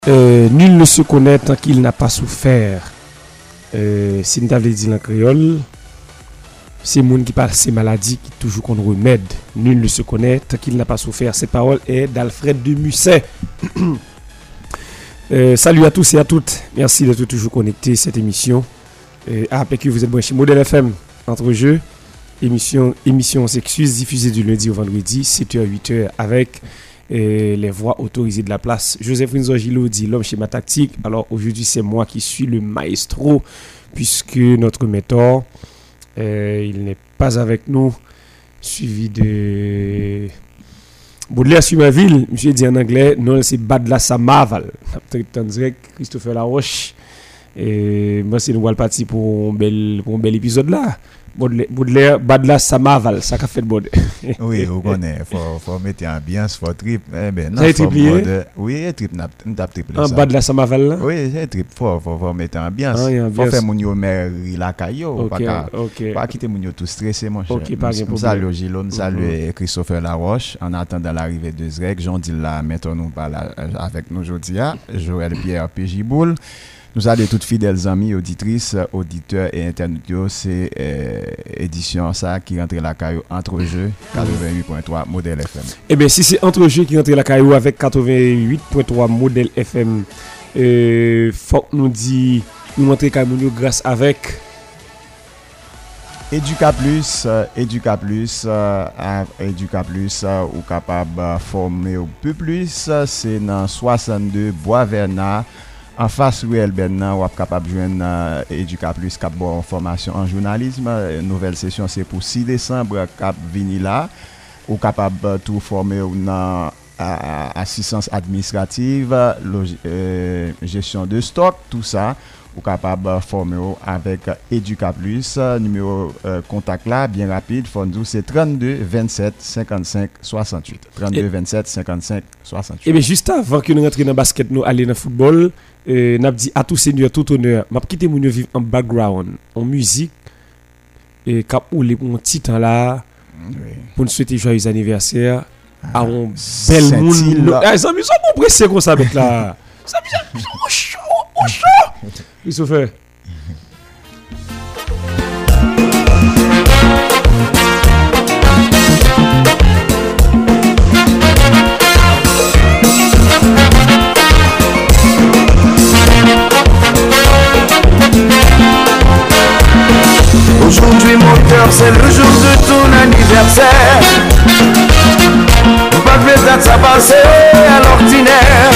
Nul ne se connaît tant qu'il n'a pas souffert. Si nous avons dit en créole, c'est monde qui parle ces maladies qui toujours qu'on remède. Nul ne se connaît tant qu'il n'a pas souffert. Cette parole est d'Alfred de Musset. Salut à tous et à toutes. Merci d'être toujours connectés à cette émission. Que vous êtes branchés Modèle FM entre jeux. Émission s'excuse diffusée du lundi au vendredi 7h-8h avec les voix autorisées de la place. Joseph Rinzo Gilo dit l'homme schéma tactique. Alors aujourd'hui c'est moi qui suis le maestro puisque notre mentor il n'est pas avec nous, suivi de Baudelaire sur ma ville. Monsieur dit en anglais non c'est Badla Samaval. Christopher Laroche. Et moi c'est nous allons partir pour un bel épisode là. Baudelaire Badla Samaval, ça qu'a fait de bon. Oui, vous connaissez, faut mettre ambiance, faut trip. Ça est triplé. Oui, trip n'a triplé ça. En Badla Samaval là. Oui, c'est trip, faut mettre ambiance. Faut faire mon yo mer la caillou, pas quitter mon yo tout stressé mon cher. OK, pas de problème. Salut Gilon, salut Christopher Laroche en attendant l'arrivée de Zrek, Jean dit là maintenant nous parle avec nous aujourd'hui, Joël Pierre PJ Boule. Nous allons toutes fidèles amis, auditrices, auditeurs et internautes. C'est édition ça qui rentre la caillou entre jeux 88.3 Modèle FM. Eh bien, si c'est entre jeux qui rentre la caillou avec 88.3 Modèle FM, faut nous dire nous montrer Cameroun grâce avec Educa Plus ou capable former un peu plus. C'est dans 62 Bois Vernat. En face Ruel Benna, ou capable de joindre Educa Plus cap bon formation en journalisme. Nouvelle session c'est pour 6 décembre cap vini là ou capable tout former dans assistance administrative, gestion de stock, tout ça ou capable former avec Educa Plus. Numéro contact là bien rapide Fondou c'est 32 27 55 68 32 27 55 68. Et bien juste avant que nous rentrions dans basket nous aller dans football, n'a dit à tout seigneur tout honneur m'a quitter mon vivre en background en musique et cap ou les mon petit temps là pour nous souhaiter joyeux anniversaire à un bel monde. Les amis sont bon pressés comme ça avec là. Ça bien chaud. Christopher. Aujourd'hui mon cœur c'est le jour de ton anniversaire. Pas de date ça passer à l'ordinaire.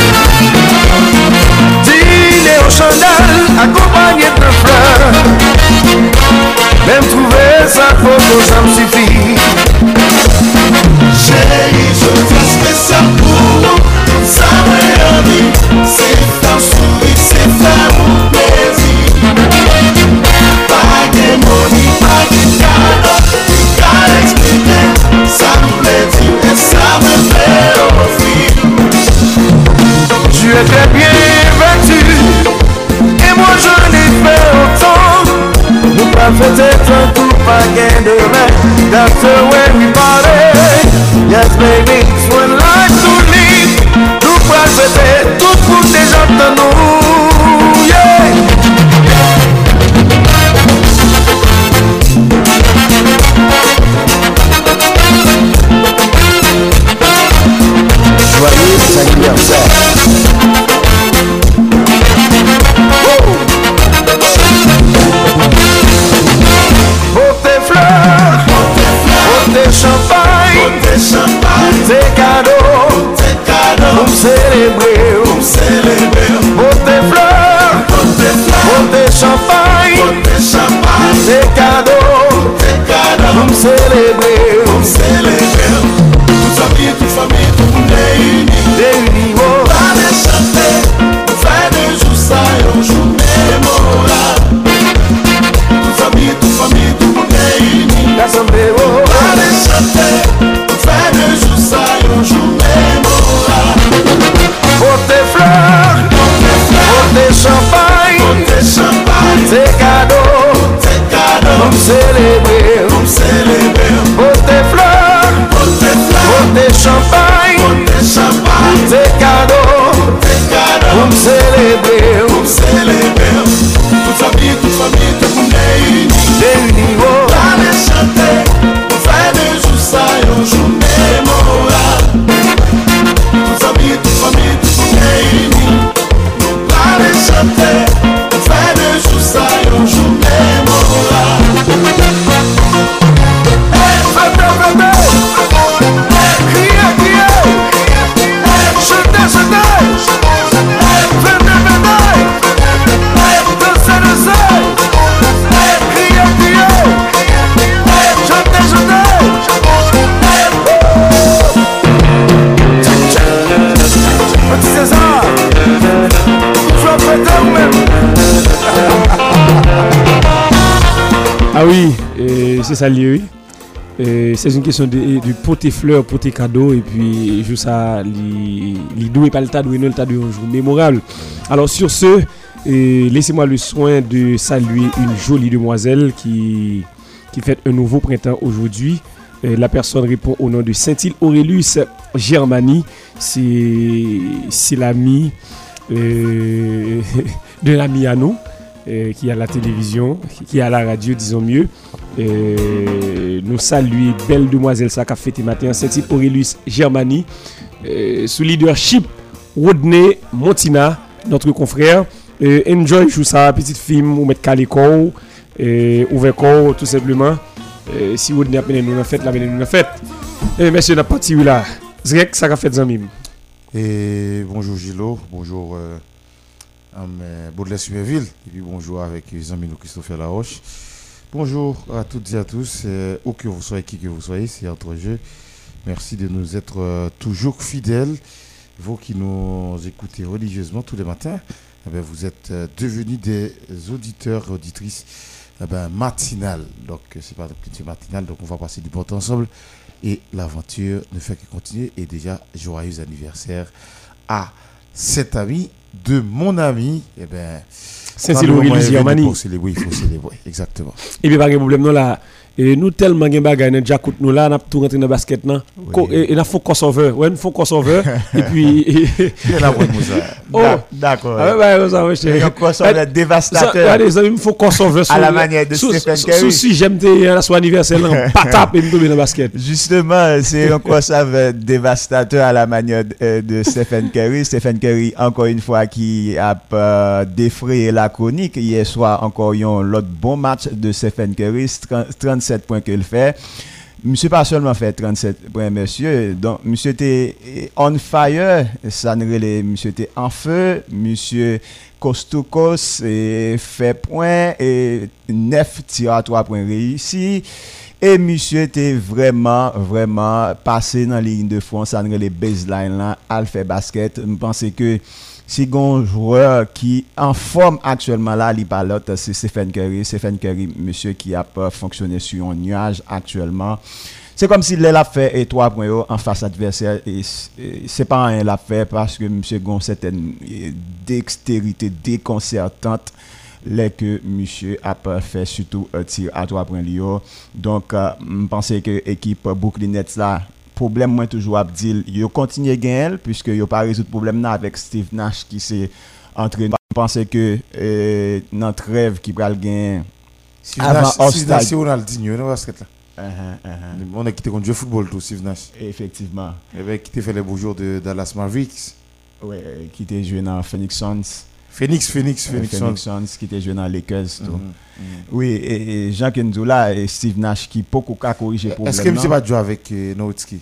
Dîner au chandal accompagné de fleurs. Même trouver sa photo ça me suffit. Chérie, je fais spécial pour nous. Ça m'a envie. C'est ta souris, c'est faire mon plaisir. Pas de money, pas de cadeau. Tu qu'à expliquer. Ça me plaît et ça me fait offrir. Tu es très bien vêtu. Et moi je n'ai fait autant. Nous pas fêter tant tout pas gain demain. That's the way we party. Yes baby, it's one life to live. Nous pas fêter tout pour déjà de nous. Yeah. Joyeux anniversaire. Champagne, tes cadeaux, pour célébrer, Ah oui, c'est ça lié, oui. C'est une question de porter fleurs, porter cadeaux et puis juste ça, les doués pas le tas doué, non le tas de un jour mémorable. Alors sur ce, laissez-moi le soin de saluer une jolie demoiselle qui fête un nouveau printemps aujourd'hui. La personne répond au nom de Saint-Île Aurelius Germanie. C'est l'ami de l'ami à nous. Qui a la télévision, qui a la radio, disons mieux. Nous saluons belle demoiselle ça qui a fêté matin Saint-Île Aurelius Germanie sous leadership Rodney Montina, notre confrère. Enjoy joue ça petite film ou mettre caléco ouvert corps tout simplement. Si Rodney a peine nous en fête, la peine nous en fête. Monsieur n'a parti là. Zrek ça a fait zamim. Et bonjour Gilo, bonjour Baudelaire Sumerville, et puis bonjour avec les amis de Christopher Laroche. Bonjour à toutes et à tous, où que vous soyez, qui que vous soyez, c'est Entre Jeux. Merci de nous être toujours fidèles. Vous qui nous écoutez religieusement tous les matins, vous êtes devenus des auditeurs, auditrices matinales. Donc, c'est pas une matinale, donc on va passer du bon temps ensemble. Et l'aventure ne fait que continuer. Et déjà, joyeux anniversaire à cet ami de mon ami, Saint-Île Aurelius Germanie. Il faut célébrer, exactement. Et bien, pas de problème, non, là. Et nous, tellement de bagages, nous déjà nous là, nous tout rentré dans le basket, non. Et nous faut crossover. Ouais, nous faut crossover. Et puis. Il y a la bonne D'accord. Ah ouais, ça, ouais, c'est un crossover dévastateur. Allez, il faut crossover. À la manière de Stephen Curry. Si j'aime son anniversaire, là, pas taper et me tomber dans le basket. Justement, c'est un crossover dévastateur à la manière de Stephen Curry. Stephen Curry, encore une fois, qui a défrayé la chronique. Hier soir, encore, il y a l'autre bon match de Stephen Curry. 37 points qu'il fait. Monsieur pas seulement fait 37 points, monsieur. Donc, monsieur était on fire. Ça ne relève, monsieur était en feu. Monsieur Kostukos fait point et 9 tirs à 3 points réussis. Et monsieur était vraiment passé dans la ligne de front. Ça ne relève baseline là. Elle fait basket. Je pense que si un joueur qui en forme actuellement là, il parle c'est Stephen Curry. Stephen Curry, monsieur qui a pas fonctionné sur un nuage actuellement. C'est comme s'il l'a fait 3 points en face adversaire et c'est pas un l'a fait parce que monsieur a une certaine dextérité déconcertante les que monsieur a pas fait surtout un tir à 3 points Lyon. Donc je pense que l'équipe Brooklyn Nets là problème moi toujours Abdil yo continue gagner puisque yo pas résoudre problème là avec Steve Nash qui s'est entraîné. Je pense que notre rêve qui va le gagner avant Steve Nash c'est Ronaldinho dans basket là. On a quitté contre le football tout Steve Nash. Effectivement. Et ben qui t'a fait les beaux jours de Dallas Mavericks. Ouais, qui t'a joué dans Phoenix Suns. Phoenix Suns qui était joué dans Lakers. Oui, et Jean Kendoula et Steve Nash qui peut corriger le problème. Est-ce que monsieur pas joué avec Nowitzki?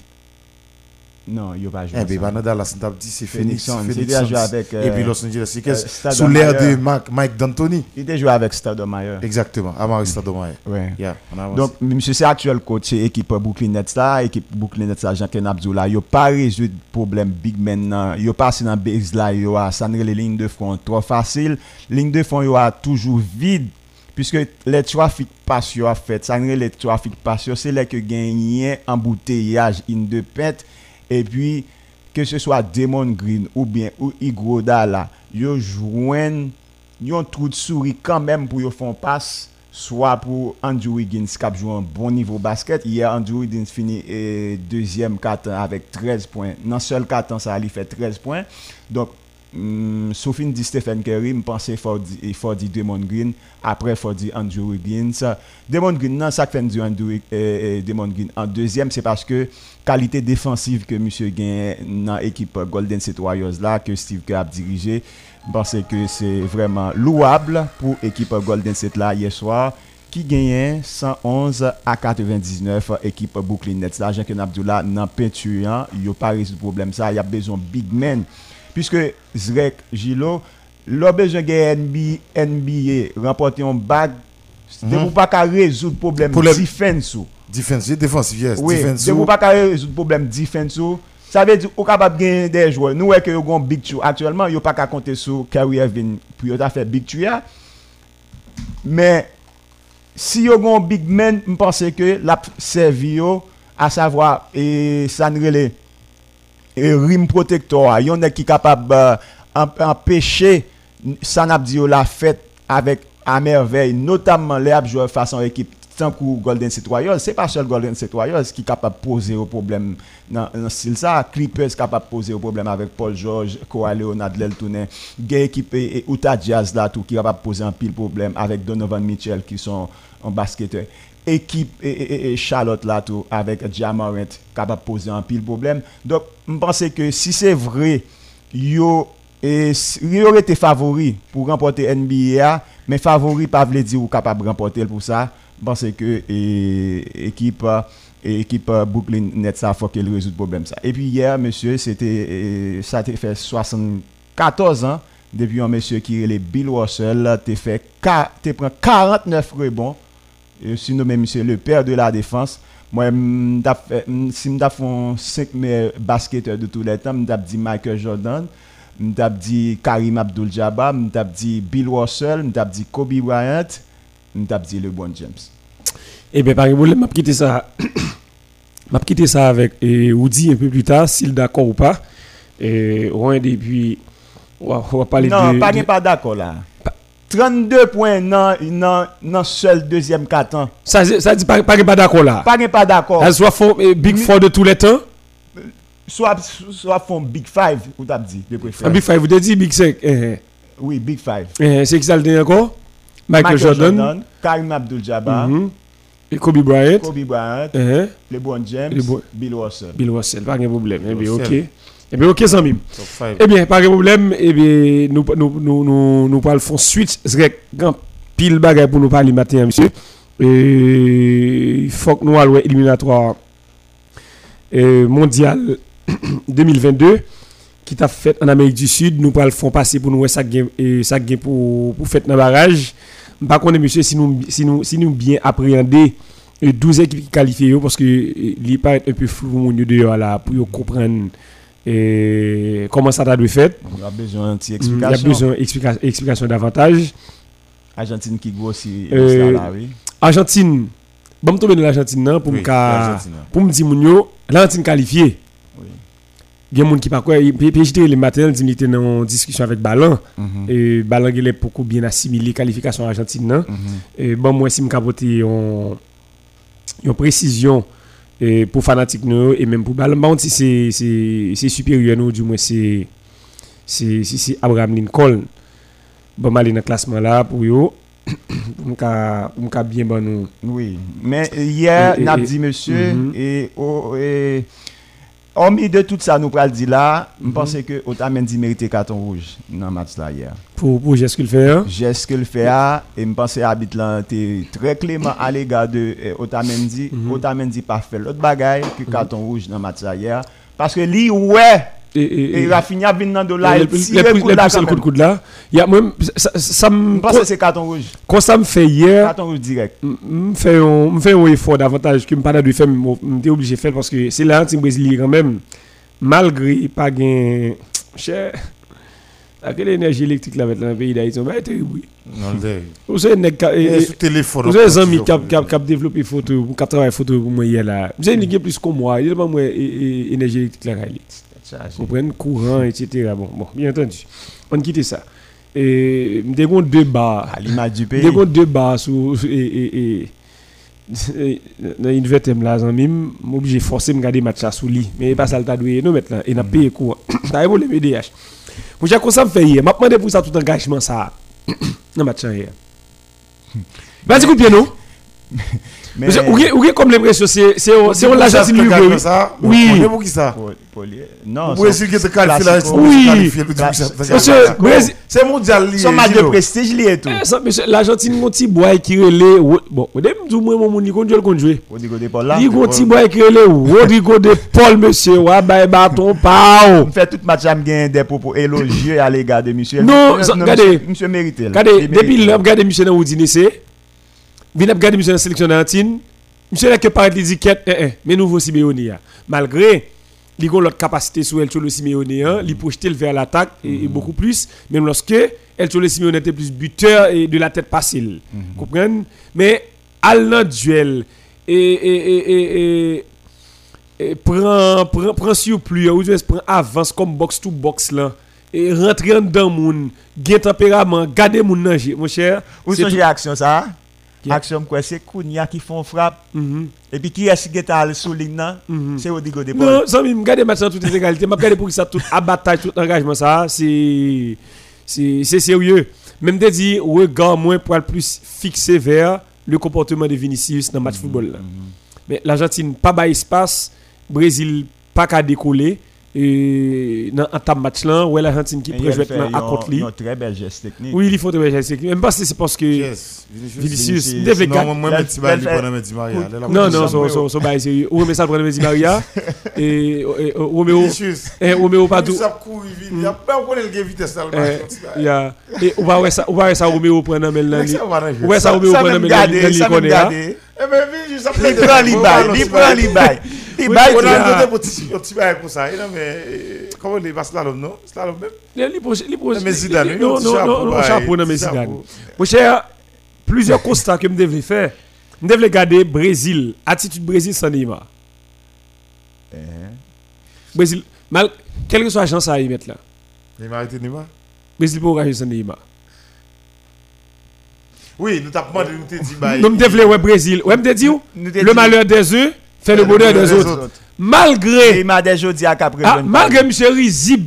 Non, il n'a pas joué. Eh bien, dans la Santa dit c'est Phoenix Suns. Il a joué avec. Et puis Los Angeles Lakers sous l'ère de Mike D'Antoni. Il a joué avec Stoudemire. Exactement, Amari Stoudemire. Ouais. Donc, monsieur, c'est actuel coach équipe Brooklyn Nets là, équipe Brooklyn Nets là, Jean-Ken Abdullah, il n'a pas résolu le problème big maintenant. Il a passé dans la base là, il a sanré les lignes de front trop facile. Ligne de front, il a toujours vide. Puisque les trafics passion a fait, ça les trafics passion, c'est là que gagne embouteillage in de pète. Et puis, que ce soit Damon Green ou bien Igroda là, yo joignent yon trou de souris quand même pour yo font passe, soit pour Andrew Wiggins qui a joué un bon niveau basket. Hier, Andrew Wiggins finit deuxième quart-temps avec 13 points. Dans seul quart-temps, ça a fait 13 points. Donc, Sophie dit Stephen Curry, je pense qu'il faut dire Damon Green, après il faut dire Andrew Wiggins. Damon Green, non, ça fait dire Damon Green. En deuxième, c'est parce que qualité défensive que monsieur gagne dans l'équipe Golden State Warriors là, que Steve Kerr a dirigé, je pense que c'est vraiment louable pour l'équipe Golden State là hier soir, qui gagne 111 à 99 équipe Brooklyn Nets là. Jean-Ken Abdullah dans peinture, il n'y a pas résoudre le problème ça, il y a besoin de big men. Puisque Zrek Gilo, l'on besoin de NBA remporter un bag, de vous pas résoudre le problème defense. Défensif, yes. Oui, de vous pas résoudre le problème defense. Ça veut dire qu'on est capable de gagner des joueurs. Nous, que nous avons big two. Actuellement, nous pas qu'à compter sur Kyrie Irving pour faire big two. Mais si yo gon big man, je pense que la servi yo à savoir et ça ne et rim protector, yon est qui capable empêcher ça n'a dit la fête avec à merveille, notamment les joueurs façon équipe tant que Golden State Warriors, c'est pas seul Golden State Warriors qui capable poser au problème dans style ça, Clippers capable poser au problème avec Paul George, Kawhi Leonard, Leltoune, gay équipe et Utah Jazz là tout qui capable poser un pile problème avec Donovan Mitchell qui sont en basketteur. Équipe et Charlotte là tout avec Ja Morant capable poser un pile problème. Donc je pense que si c'est vrai yo aurait été favori pour remporter NBA, mais favori pas veut dire ou capable remporter pour ça. Je pense que équipe Brooklyn Nets ça faut qu'elle résout le problème ça. Et puis hier monsieur, c'était ça a fait 74 ans depuis un monsieur qui est Bill Russell, t'es prend 49 rebonds. Je suis nommé monsieur le père de la défense. Moi si m'ta font 5 meilleurs basketteurs de tous les temps, m'ta dit Michael Jordan, m'ta dit Karim Abdul-Jabbar, m'ta dit Bill Russell, m'ta dit Kobe Bryant, m'ta dit LeBron James. Eh bien, par exemple, m'a quitté ça avec Woody un peu plus tard, s'il d'accord ou pas. Et on depuis on va parler non, pas d'accord là. 32 points non seul deuxième quart-temps. Ça dit pas d'accord là. Pas d'accord. Soit font Big Four de tous les temps. Soit font Big Five ou t'as dit de préférence. Big Five, vous avez dit Big 5. Oui, Big Five. C'est qui ça le dernier encore? Michael Jordan, Karim Abdul-Jabbar, et Kobe Bryant, LeBron James, Bill Russell. Pas de problème. Eh bien, ok, sans mime. Eh bien, pas de problème. Eh bien, nous parlons de suite. C'est grand pile bagay pour nous parler matin, monsieur. Il faut que nous allions éliminatoire mondial 2022 qui t'a fait en Amérique du Sud. Nous parlons passer pour nous ça gain pour faire dans barrage. Par contre, monsieur, si nous bien appréhender 12 équipes qui qualifient parce que il paraît un peu flou au dehors là pour comprendre comment ça doit être fait. Il y a besoin d'explication. Il y a besoin d'explication davantage. Argentine qui grossit là, oui. Argentine. Bon, me tomber dans l'Argentine pour me dire mounio, l'Argentine qualifiée. Oui. Il y a des gens qui parlent quoi, les matins, ils étaient en discussion avec Ballon. Et Ballon il est beaucoup bien assimilé qualification argentine. Et bon moi si me capoter une précision pour fanatique nous et même pour Ballon bon si c'est supérieur nous du moins c'est Abraham Lincoln. Bon mal dans classement là pour yo on ka bien bon nous. Oui, mais hier n'a dit monsieur et hormis de tout ça nous pral dit là, je pense que Otamendi méritait carton rouge dans le match là hier. Pour geste qu'il fait geste qu'il fait et me pense arbitre là était très clément à l'égard de Otamendi. Otamendi pas fait l'autre bagaille que carton rouge dans le match là hier parce que lui ouais et Rafinha vient dans de là il tire le coup de là il y a même ça me pense c'est carton rouge quand ça me fait hier carton rouge direct me fait un effort davantage que me pas de faire m'était obligé faire parce que c'est là team brésilien quand même malgré pas gain cher quelle énergie électrique là dans le pays d'Haïti on va être terrible non vous savez sur téléphone vous avez amis qui développé photo pour travailler photo pour moi hier là vous avez plus que moi il pas moi énergie électrique là vous prenez courant, etc. Bon, bien entendu. On quitte ça. Et nous avons deux bars. À l'image du pays. Nous avons deux bars dans une thème là, je suis obligé de forcer de regarder le match sous lit. Mais pas ça le tas de nous mettre là. Et nous payé courant. Ça évolue le MDH. Pour chaque ça me fait hier. Je me demande pour ça tout engagement ça. Dans le match hier. Vas-y, coup de pied, non? Mais ou comme l'impression c'est on l'Argentine lui ça oui on est pour qui ça non Brésil qui est qualifié là oui c'est mondial son match de prestige lié tout l'Argentine mon petit boy qui relait bon dem du moi mon Nico Diol qu'on jouer Rodrigo de Paul là Nico petit boy qui relait Rodrigo de Paul monsieur wa bay bâton pao on fait tout match am gain des propos élogieux à l'égard de monsieur non regardez monsieur mérité regardez depuis là regardez monsieur dans Woodine c'est vient regarder monsieur dans sélection d'Argentine monsieur là que paraît l'étiquette mais nouveau Simeone malgré il a l'autre capacité sur El Cholo Simeone il projeter vers l'attaque et beaucoup plus même lorsque El Cholo Simeone était plus buteur et de la tête facile comprenez mais al dans duel et prend sur plus ou bien prend avance comme box to box là et rentrer dans moun gain tempérament garder moun nanger mon cher Où sont les actions ça? Action quoi c'est Kounia qui font frappe et puis qui est-ce qui est à souligne là c'est Odigo de Paul. Non, ça me garder match dans toutes les égalités, m'a garder pour ça tout abattage tout engagement ça c'est sérieux. Même te dit regard moins pour plus fixé vers le comportement de Vinicius dans match football là. Mais l'Argentine pas bas espace, Brésil pas qu'à décoller et dans un match là où l'Argentine qui peut jouer à contre lui. Une très belle geste technique. Oui, il faut très belle geste technique. Même pas c'est parce que Vinicius devait non moi mettre Di Maria. Non, so bail sérieux. Ou mais ça prendre Di Maria et Romeo pas tout. Ça court il y a pas connaît le vitesse là. Et on va ça Romeo prendre Mel là. Ouais ça Romeo prendre Mel là connaît. Eh ben juste ça Il prend l'ibay. On a un petit bail pour ça. Mais comment on passe slalom non? Slalom même. Mais Zidane. Non, chapeau dans mes Zidane. Mon cher, plusieurs constats que me devais faire. Me devais garder Brésil, attitude Brésil sans Neymar. Brésil, mal quelle que soit la chance à y mettre là. Neymar était Neymar. Brésil pour gagner sans Neymar. Oui, nous t'avons demandé nous te dit bail. Nous me devais ouais Brésil. Ouais me dit le malheur des uns fait le bonheur des autres. Malgré Neymar des jodi à Capri. Malgré monsieur Rizib.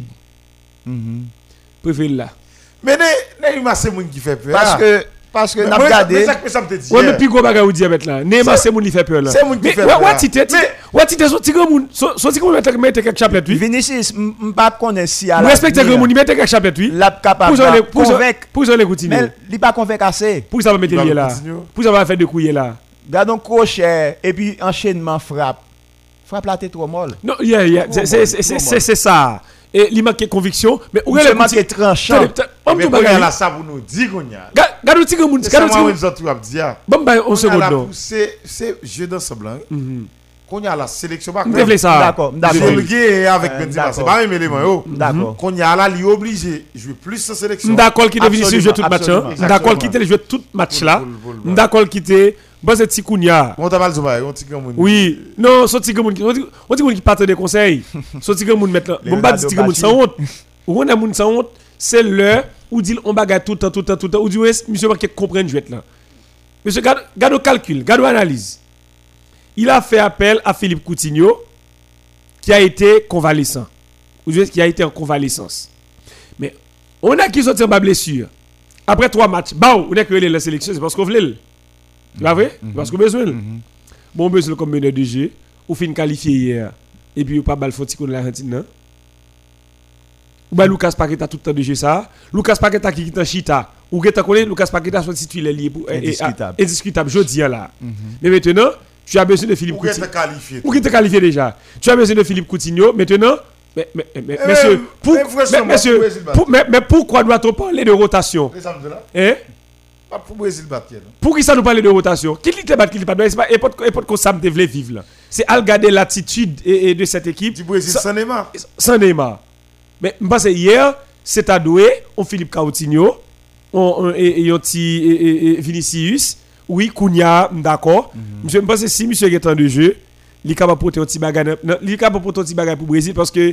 Préfère là. Mais Neymar c'est moun qui fait peur. Parce que n'a regardé. Mais ça que ça me te dit. Ouais mais puis gros bagay ou dire mettre là. Neymar c'est moun qui fait peur là. C'est moun qui fait peur. Ouais tite so tigre moun so tigre moun mettre quelque chapelet oui. Vinicius m'pas connaît si à la. Respecte grand moun mettre quelque chapelet oui. L'a capable convaincre. Pour ça les continuer. Mais il pas convaincre assez. Pour ça va mettre lié là. Pour ça va faire de couiller là. Gardons crochet et puis enchaînement frappe. Frappe la tête trop molle. Non, c'est ça. Et il manque conviction, mais où est le manque tranchant. Mais quand il y a la ça vous nous dit qu'on y a. Garde le tigre moun, garde le tigre. Bon bah on se non. C'est jeu d'ensemble. Qu'on y a la sélection pas. D'accord. Avec Benzema, c'est pas même élément yo. D'accord. Qu'on y a là, il est obligé jouer plus sa sélection. D'accord qu'il devait jouer tout match. D'accord qu'il devait jouer tout match là. D'accord qu'il était bon c'est Tikounia. On t'a mal Dubaï, on tigre moun. Oui, non, so tigre moun, on tigre moun qui partent des conseils. So tigre moun maintenant. Bon pas tigre moun sans honte. Ou on a moun sans honte, c'est l'heure où dit on bagarre tout le temps ou dit monsieur pas comprendre jouer là. Monsieur garde au calcul, garde analyse. Il a fait appel à Philippe Coutinho qui a été convalescent. Ou qui a été en convalescence. Mais on a qui sorti en blessure. Après 3 matchs, on a créé la sélection, c'est parce qu'on voulait. Tu vois vrai? Parce qu'on besoin. Bon besoin comme meneur de jeu, ou fin qualifié hier et puis ou pas bal foti contre l'Argentine non. Ou ba Lucas Paqueta tout le temps de jeu ça. Lucas Paqueta qui quitte en Chita. Ou que tu connais Lucas Paqueta soit titulaire lié pour indiscutable jodi là. Mais maintenant tu as besoin de Philippe Coutinho. Ou qui te qualifié déjà. Tu as besoin de Philippe Coutinho maintenant. Mais monsieur, mais pourquoi doit-on parler de rotation? Hein? Pas pour Brésil battre. Pour qui ça nous parle de rotation? Qui te bat, qui te bat? C'est pas époque qu'on s'am devait vivre là. C'est à regarder l'attitude de cette équipe. Du Brésil sans Neymar. Sans Neymar. Mais je pense hier, c'est à doué, on Philippe Coutinho, on Vinicius, oui, Kounia, d'accord. Je pense que si monsieur est en de jeu, il est capable de porter un petit bagage, pour Brésil parce que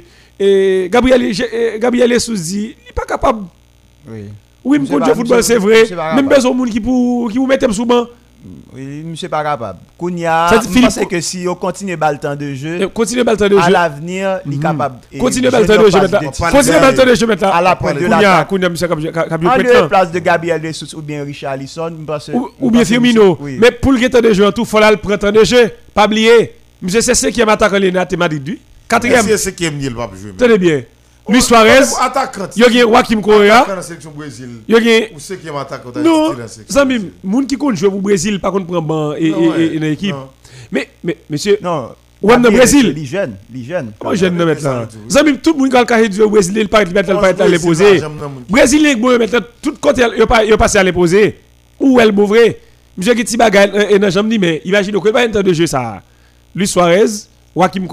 Gabriel Jesus dit, il n'est pas capable. Oui, je connais le football, c'est vrai. Même besoin de monde qui vous mette sous banc. Oui, monsieur pas capable. Kounia, je pense que si on continue le temps de jeu, à l'avenir, il est capable. Continue le temps de jeu maintenant. Continue le temps de jeu maintenant. À la pointe de l'attaque. Kounia, monsieur capable. En deux places de Gabriel Jesus ou bien Richarlison, ou bien Firmino. Mais pour le temps de jeu, tout faut là le temps de jeu. Pas oublier. Monsieur c'est ce qui est attaquant l'Énat Madrid. 4e. C'est ce qui est mieux le pas jouer. Tenez bien. Luis Suarez, il y a Joaquim Correa, il y a non, Zambim, moun qui compte jouer pour Brésil, pas contre prendre banc et une équipe. Mais monsieur, non, ou dans Brésil, les jeunes. Comment jeune de mettre là? Zambim, tout le monde qui a carré jouer au Brésil, il pas mettre les poser. Brésil les bon mettre tout côté il passe à les poser. Ou elle bouvrer. Monsieur qui ti bagaille et n'a jamais dit mais imagine que pas un temps de jeu ça. Luis Suarez, Joaquim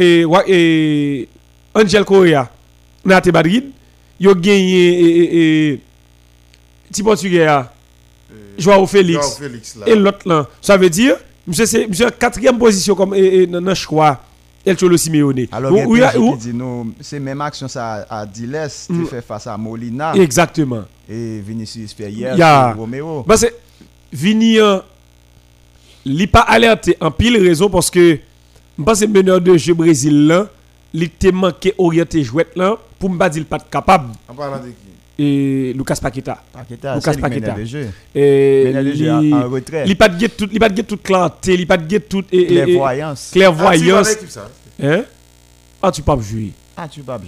et Angel Correa. Nate Madrid, yo gagné petit portugais Joao Félix. Joao Félix là. Et l'autre là, ça veut dire monsieur c'est monsieur quatrième position comme dans le choix El Cholo Simeone. Alors qui dit nous c'est même action ça à Diles qui fait face à Molina. Exactement. Et Vinicius fait hier sur Romero. Parce que Vini il pas alerté en pile raison parce que je pense que meneur de jeu Brésil là, il était manqué orienté jouette là pour me pas dire pas capable. En parlant de qui? Et Lucas Paqueta. Lucas Paqueta. Et en retrait. Il pas de toute clarté, il pas de toute clairvoyance. Clairvoyance. Hein? Tu peux pas jouer. Tu peux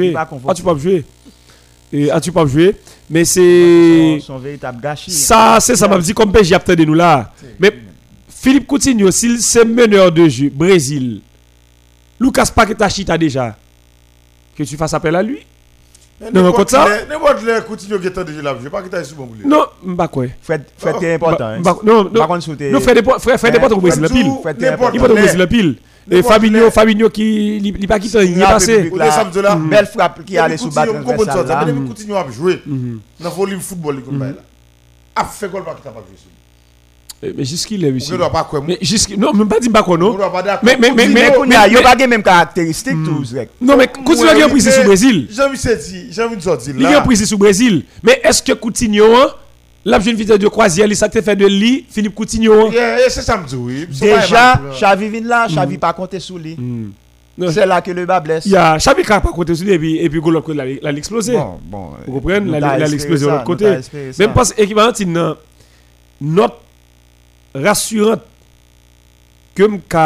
pas jouer. Mais c'est son véritable gâchis. Ça c'est ça m'a dit comme PJ de nous là. Mais Philippe Coutinho s'il c'est meneur de jeu Brésil. Lucas Paqueta chita déjà. Que tu fasses appel à lui? Non, comme ça. N'importe le Coutinho qui est déjà là, je pas qu'il t'a sur bon. Non, pas quoi. Fred est important. Non, Fred est important au Brésil la pile. Il pas au Brésil la pile. Et Fabinho qui il pas quitté, il est passé. Belle frappe qui allait sous battre. Coutinho a joué dans volume football comme là. A fait goal pas qu'il t'a pas joué. Mais jusqu'il est ici. Mais non, même pas dire pas quoi non. Mais il y a pas même caractéristique tous. Non mais Coutinho a pris sur Brésil. J'ai vu sortir là. Il a pris sur Brésil. Mais est-ce que Coutinho la jeune vidéo de croisière, il s'est fait de lui Philippe Coutinho. C'est ça me dit oui. Déjà Xavi vient là, Xavi pas compter sur lui. C'est là que le bas blesse. Il y a Xavi qui pas compter sur lui et puis l'autre côté l'a explosé. Bon. Vous comprenez l'a explosé de l'autre côté. Même parce équivalent notre rassurante que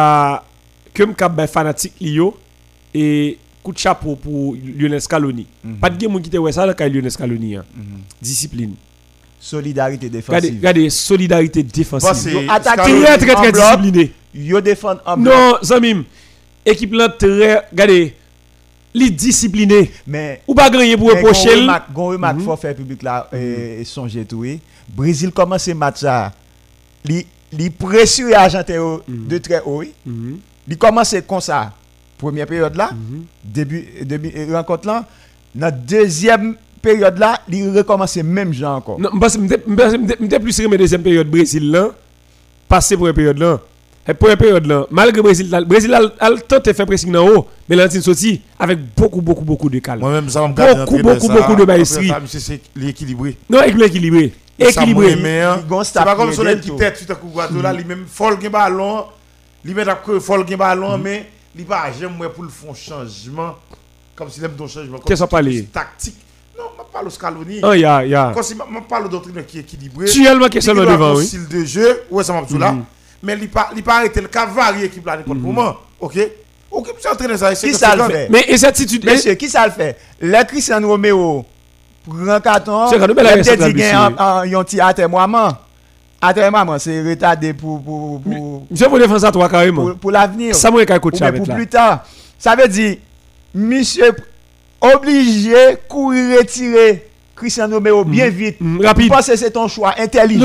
m'ka fanatique Lio et coup de chapeau pour Lionel Scaloni. Pas de game qui te ouais ça là Lionel Scaloni. Discipline. Solidarité défensive. Regardez, solidarité défensive. Attaquer très discipliné. Yo défend en bloc. Non, Zamim. Équipe là très regardez, li discipliné. Mais ou pas gagner pour reprocher. Gon remarque faut faire public là et songer tout. Brésil commence match ça. Li pressuré Argentin de très haut. Il commence comme ça. Première période là, début rencontre là, dans deuxième période là, il recommence même genre encore. Non, parce que m'était plus sérieux deuxième période Brésil là, passer pour une période là. Et pour une période là, malgré Brésil a tenté faire pressing en haut, mais l'antine sorti avec beaucoup de calme. Moi-même ça me beaucoup de maestrie. C'est l'équilibré. Non, équilibré. C'est pas comme son qui tête tout à coup là, lui même folle gain ballon, lui met folle gain ballon mais il pas j'aime moi pour le fond changement comme s'il aime ton changement comme tactique. Non, je parle de Scaloni. Oh, ya. Quand je parle de doctrine qui est équilibrée. Tu es le qui est seulement devant, oui. Style de jeu, ouais, ça m'a dit là. Mais il pas arrêté le cas varié qui plane pour moment. OK? OK, c'est entraîné ça. Qui ça le fait? Mais cette attitude. Monsieur, qui ça le fait? Le Cristiano Romero, prend carton. C'est quand même la dit un petit atermoiement. Atermoiement, c'est retardé pour. Monsieur, vous défendez ça, toi, carrément. Pour l'avenir. Ça m'a coach ça. Pour plus tard. Ça veut dire, monsieur. Obligé courir retirer Cristiano Romero bien vite. Rapide. Parce que c'est ton choix intelligent.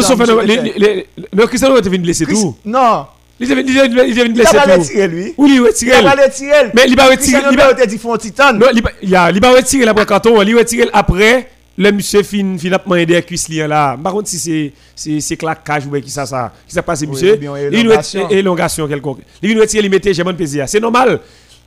Le Cristiano Romero devait blesser tout. Non. Il devait blesser tout. Il va retirer lui. Oui, il va retirer. Il va retirer. Mais il va retirer. Il va retirer font titane. Non, il va retirer après carton, il va retirer après le monsieur fin finalement aider cuisse là. Par contre si c'est claquage ou qui ça passe monsieur. Élongation quelconque. Il va retirer il mettait j'ai bon plaisir. C'est normal.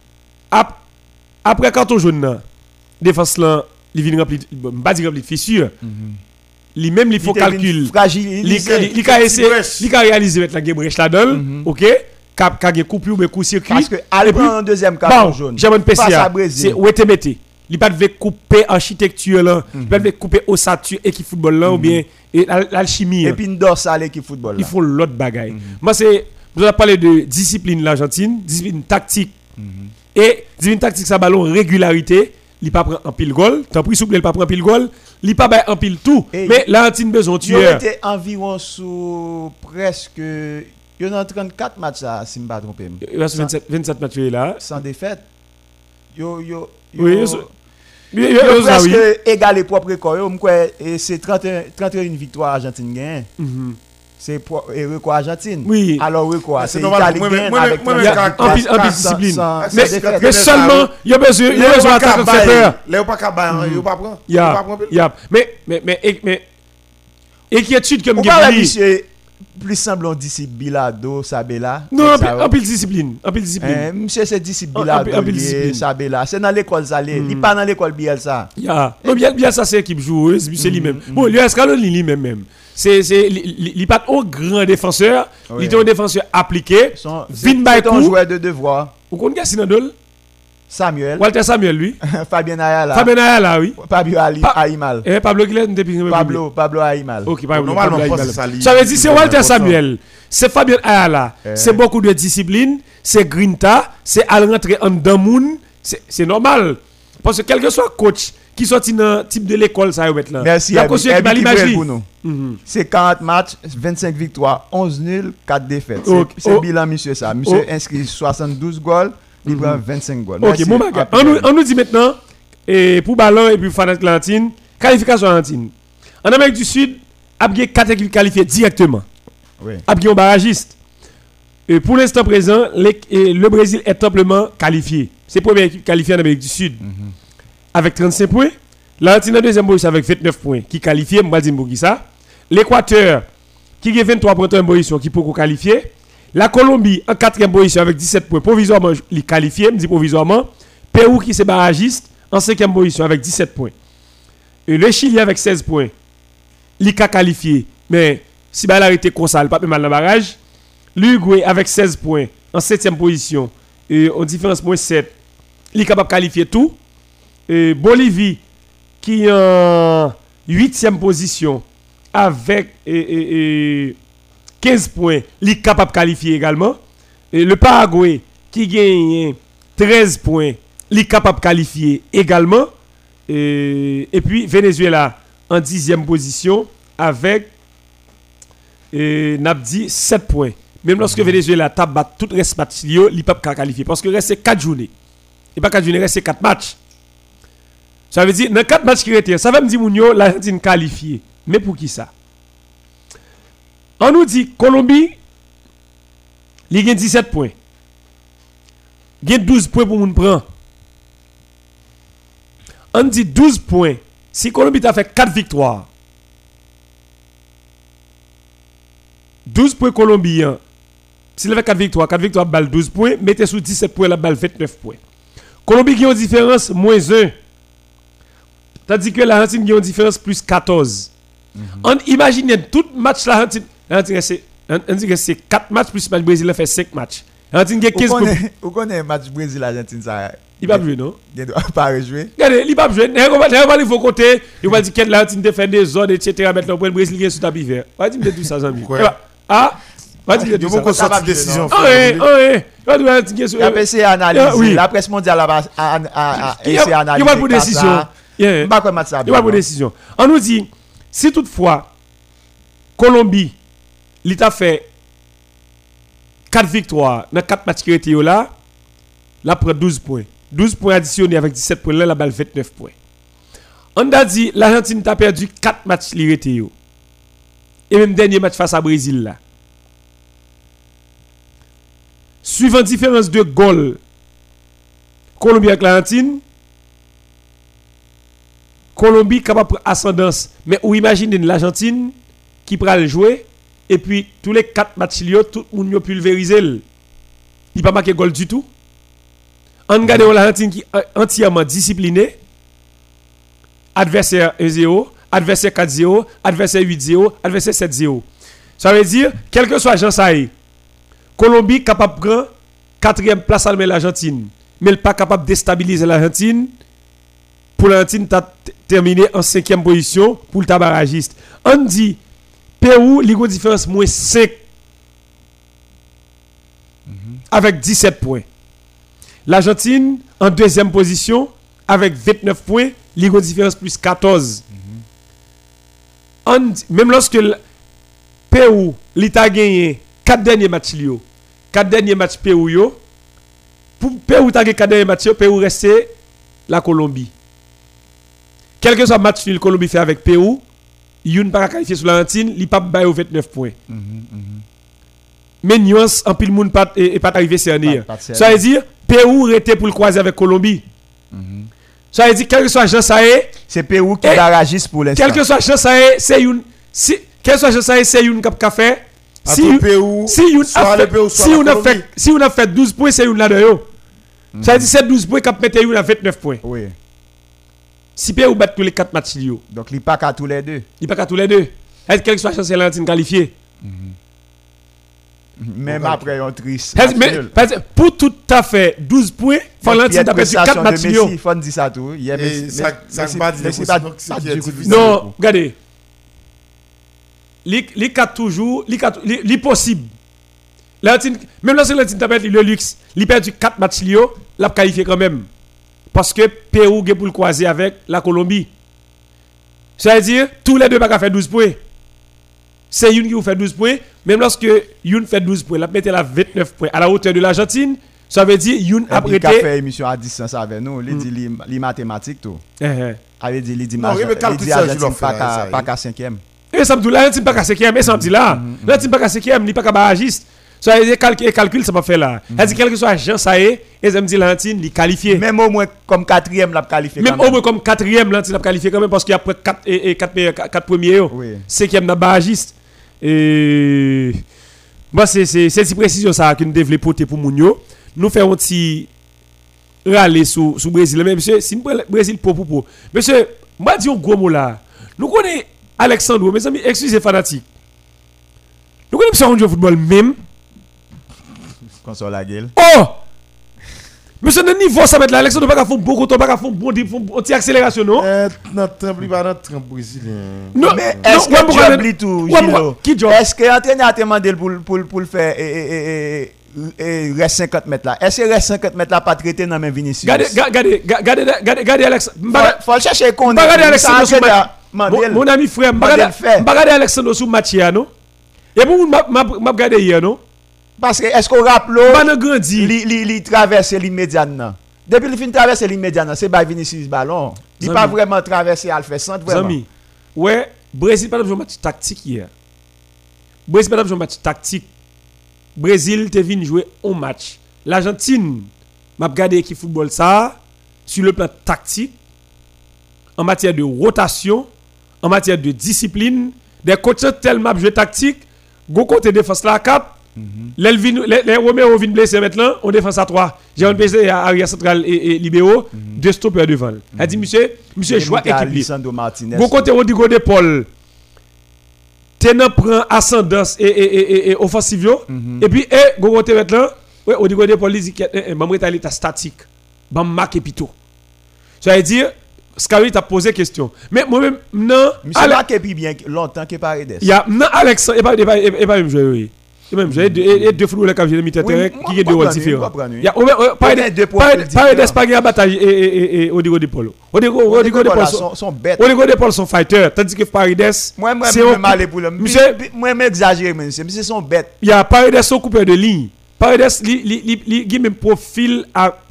Après carton jaune défense là il vient rempli pas dire rempli de fissures lui même il faut calcul il ca essayer il ca réaliser mettre la game brèche là-dedans OK cap coupure ou coup circuit parce que aller prendre un deuxième carton jaune j'ai bon PCA c'est où était metté il pas devait couper architecture là il pas devait couper ossature équipe football là ou bien l'alchimie et puis dorsale équipe football là il faut l'autre bagaille moi c'est vous avez parlé de discipline l'Argentine discipline tactique et discipline tactique ça ballon régularité il pas prend en pile goal tant pris souple il pas prend pile goal il pas en pile tout mais l'Argentine besoin tueur il était environ sous presque il y a 34 matchs là si me pas tromper il reste 27 matchs là sans défaite oui presque égal les propres records et c'est 31 victoires Argentine gagne c'est record Argentine. Oui. Alors record c'est Italie avec en discipline. Mais seulement il y a besoin d'attaquer faire peur. Là pas capable, il pas prendre. Mais Inquiétude que On me parle gagné. monsieur plus semblant disciple Bilado, Sabela. Non, en pile discipline, en pile discipline. Monsieur c'est disciple En Bilado, pile discipline. Sabela. C'est dans l'école ça, il pas dans l'école Biel ça. Ya. Non, bien ça c'est équipe joueuse, c'est lui-même. Bon, l'US Caroline lui-même. Il pas un grand défenseur, il est un défenseur appliqué. Vin by C'est un coup. joueur de devoir. Vous connaissez Sinadol? Samuel. Walter Samuel lui. Fabien Ayala. Fabien Ayala oui. Pablo Aimal. Pablo Guilherme depuis Pablo Aimal. OK, Pablo. Normalement, Pablo c'est Ayala. ça, Ça veut dire c'est Walter important. Samuel, c'est Fabien Ayala, c'est beaucoup de discipline, c'est Grinta, c'est à rentrer en Damoun, c'est normal parce que quel que soit coach qui sorti dans type de l'école ça va mettre là. Merci. La coach qui va l'imaginer. Pour nous. C'est 40 matchs, 25 victoires, 11 nuls, 4 défaites. Ok. C'est bilan monsieur ça. Monsieur inscrit 72 goals, il prend 25 goals. OK, mon bagage. On nous dit maintenant et pour ballon et puis Fanatic Lantine, qualification Lantine. En Amérique du Sud, a bien 4 équipes qualifiées directement. Oui. A bien un barragiste. Et pour l'instant présent, le Brésil est amplement qualifié. C'est la première équipe qualifiée en Amérique du Sud. Avec 35 points. L'Argentine en deuxième position avec 29 points qui qualifié. Ça. L'Équateur qui a 23 points en position qui peut qualifier. La Colombie en quatrième position avec 17 points. Provisoirement, il qualifié. Je dis provisoirement. Pérou qui est barragiste en cinquième position avec 17 points. Et le Chili avec 16 points. Il a qualifié. Mais si il a été comme ça, il pas mal dans le barrage. L'Uruguay avec 16 points en 7e position. Et en différence moins 7. Il est capable de qualifier tout. Et Bolivie qui est en 8e position avec 15 points. Il est capable de qualifier également. Et le Paraguay qui gagne 13 points. Il est capable de qualifier également. Et puis Venezuela en 10e position avec n'a dit 7 points. Même lorsque Venezuela tape tout le reste match, il n'est pas qualifié. Parce que reste 4 journées. Et pas 4 journées, reste 4 matchs. Ça veut dire, dans 4 matchs qui restent, ça va me dire, Mounio, l'Argentine qualifiée. Mais pour qui ça? On nous dit, Colombie, il y a 17 points. Il y a 12 points pour moun prend. On dit 12 points. Si Colombie a fait 4 victoires, 12 points colombiens. S'il avait 4 victoires balle 12 points, mettez sous 17 points la balle 29 points. Colombie qui a une différence moins 1. Tandis que l'Argentine qui a une différence plus 14. On imagine tout match l'Argentine c'est 4 matchs plus le Brésil a fait 5 matchs. L'Argentine a 15 points. Vous connaissez le match Brésil-Argentine ça? Il va jouer non? Il doit pas jouer. Regardez, il va jouer. Il faut côté, il va dire que l'Argentine défend des zones etc. Maintenant le Brésil qui est sous tapis vert. Va dire tout ça Zambi. Ah il faut qu'on sorte décision. La PC analyse. La presse mondiale a essayé d'analyser. Il va pour décision. Il va pour décision. On nous dit, si toutefois, Colombie, l'État fait 4 victoires dans 4 matchs qui étaient là, là prend 12 points. 12 points additionnés avec 17 points, là, la balle 29 points. On a dit, l'Argentine a perdu 4 matchs qui étaient là. Et même dernier match face à Brésil là. Suivant différence de goal, Colombie avec l'Argentine, Colombie capable de ascendance. Mais ou imaginez l'Argentine qui prend le jouer et puis tous les 4 matchs tout le monde pulvérisé. Il n'a pas marqué goal du tout. On regarde l'Argentine qui est entièrement disciplinée. Adversaire 1-0, adversaire 4-0, adversaire 8-0, adversaire 7-0. Ça veut dire, quel que soit Jean Saï, Colombie capable de prendre 4e place à l'Argentine. Mais elle n'est pas capable de déstabiliser l'Argentine. Pour l'Argentine, tu as terminé en 5e position pour le tabaragiste. On dit, Pérou, il y a une différence moins 5. Avec 17 points. L'Argentine, en 2e position, avec 29 points, il y a une différence plus 14. Même lorsque Pérou, l'État a gagné 4 derniers matchs, 4 derniers matchs Pérou, pour Pérou, a gagné 4 derniers matchs, Pérou restait la Colombie. Quel que soit le match que la Colombie fait avec Pérou, il n'y a pas qualifié sur l'Argentine, il n'y a pas baillé au 29 points. Mais nuance, en pile monde pas arrivé cerné. Ça veut dire, Pérou était pour le croiser avec Colombie. Ça veut dire, quel que soit Jean Saé, c'est Pérou qui barragiste pour l'instant. Quel que soit Jean Saé, c'est une. quel soit je sais c'est une cap café. Si on a fait 12 points, c'est une là-dedans. Ça veut dire c'est 12 points qui mettait une à 29 points. Oui. Si Pérou bat tous les 4 matchs, donc il pas qu'à tous les deux. Il pas qu'à tous les deux. Est-ce que soit chance Lantine qualifié? Même après un triste. Pour tout à fait 12 points, Lantine a perdu 4 matchs. Il faut dire ça tout. Non, regardez. Les 4 toujours, les possible. Même lorsque Lantine a perdu le luxe, il a perdu 4 matchs, il a qualifié quand même. Parce que Pérou est pour le croiser avec la Colombie. Ça veut dire, tous les deux ne peuvent pas faire 12 points. C'est une qui vous fait 12 points. Même lorsque Youn fait 12 points, la mettez la 29 points à la hauteur de l'Argentine, ça veut dire Youn a prêté. Il a fait émission à distance avec nous, il dit les mathématiques tout. Il dit l'Argentine pas qu'à 5e. Et ça me dit l'Argentine pas qu'à 5e, et ça me dit là, l'Argentine pas qu'à 5e, il pas qu'à barragiste. Ça veut dire calcul ça m'a fait là. Ça veut dire quel que soit agent ça est, et ça me dit l'Argentine il qualifié. Même au moins comme 4e l'a qualifié. Même au moins comme 4e l'Argentine l'a qualifié quand même parce qu'il y a 4 premiers. 5e n'a barragiste. Et moi c'est cette précision ça que nous devons porter pour Mounio. Nous faisons un petit râler sur Brésil mais monsieur si Brésil pour monsieur moi dis un gros mot là. Nous connaissons Alexandre mes amis excusez fanatique. Nous connaissons un joueur de football même console la gueule. Oh monsieur le niveau ça mettre là Alexandre pas faire beaucoup temps pas faire bon petit accélération non non tremble pas dans tremble brésilien. Non mais est-ce que tu oublies tout Gilo? Est-ce que l'entraîneur a demandé pour le faire reste 50 mètres là? Est-ce que reste 50 mètres là pas traité dans même Vinicius? Regardez Alexandre. Faut le chercher qu'on regardez Alexandre mon ami frère regardez Alexandre sous match hier non? Et pour m'a regardé hier non? Parce que est-ce qu'on rappelle il traverse l'immédiat non? Depuis il fin traverser l'immédiat c'est pas Vinicius ballon. Il pas vraiment traverser al fait centre vraiment. Zami. Ouais, Brésil pas jouer match tactique hier. Brésil pas jouer match tactique. Brésil te vinn jouer un match. L'Argentine m'a regardé équipe football ça sur le plan tactique en matière de rotation, en matière de discipline, des coachs tellement jouer tactique, go côté défense là 4. Les Roméo vient blessé maintenant, on défense à 3. J'ai un PC à arrière central et libéro, deux stoppers devant. Elle dit monsieur joue équipe. Go côté Rodrigo de Paul. Tenant prend ascendance et offensive et puis go côté maintenant, ouais Rodrigo de Paul dit que maman est allé statique. Bam marqué pito. Ça veut dire Scary t'a posé question. Mais moi-même non, monsieur marqué bien longtemps que Paredes. Il y a non Alex et pas même jouer. Même j'ai deux footballeurs qui viennent mettre terrain qui est deux rôles différents. Il y a Paredes pas gagner bataille et Rodrigo de Paul. Rodrigo de Paul sont bêtes. Rodrigo de Paul sont fighters tandis que Paredes c'est mal pour lui. Moi m'exagérer monsieur sont bêtes. Il y a Paredes sont coupeurs de ligne. Paredes il même profil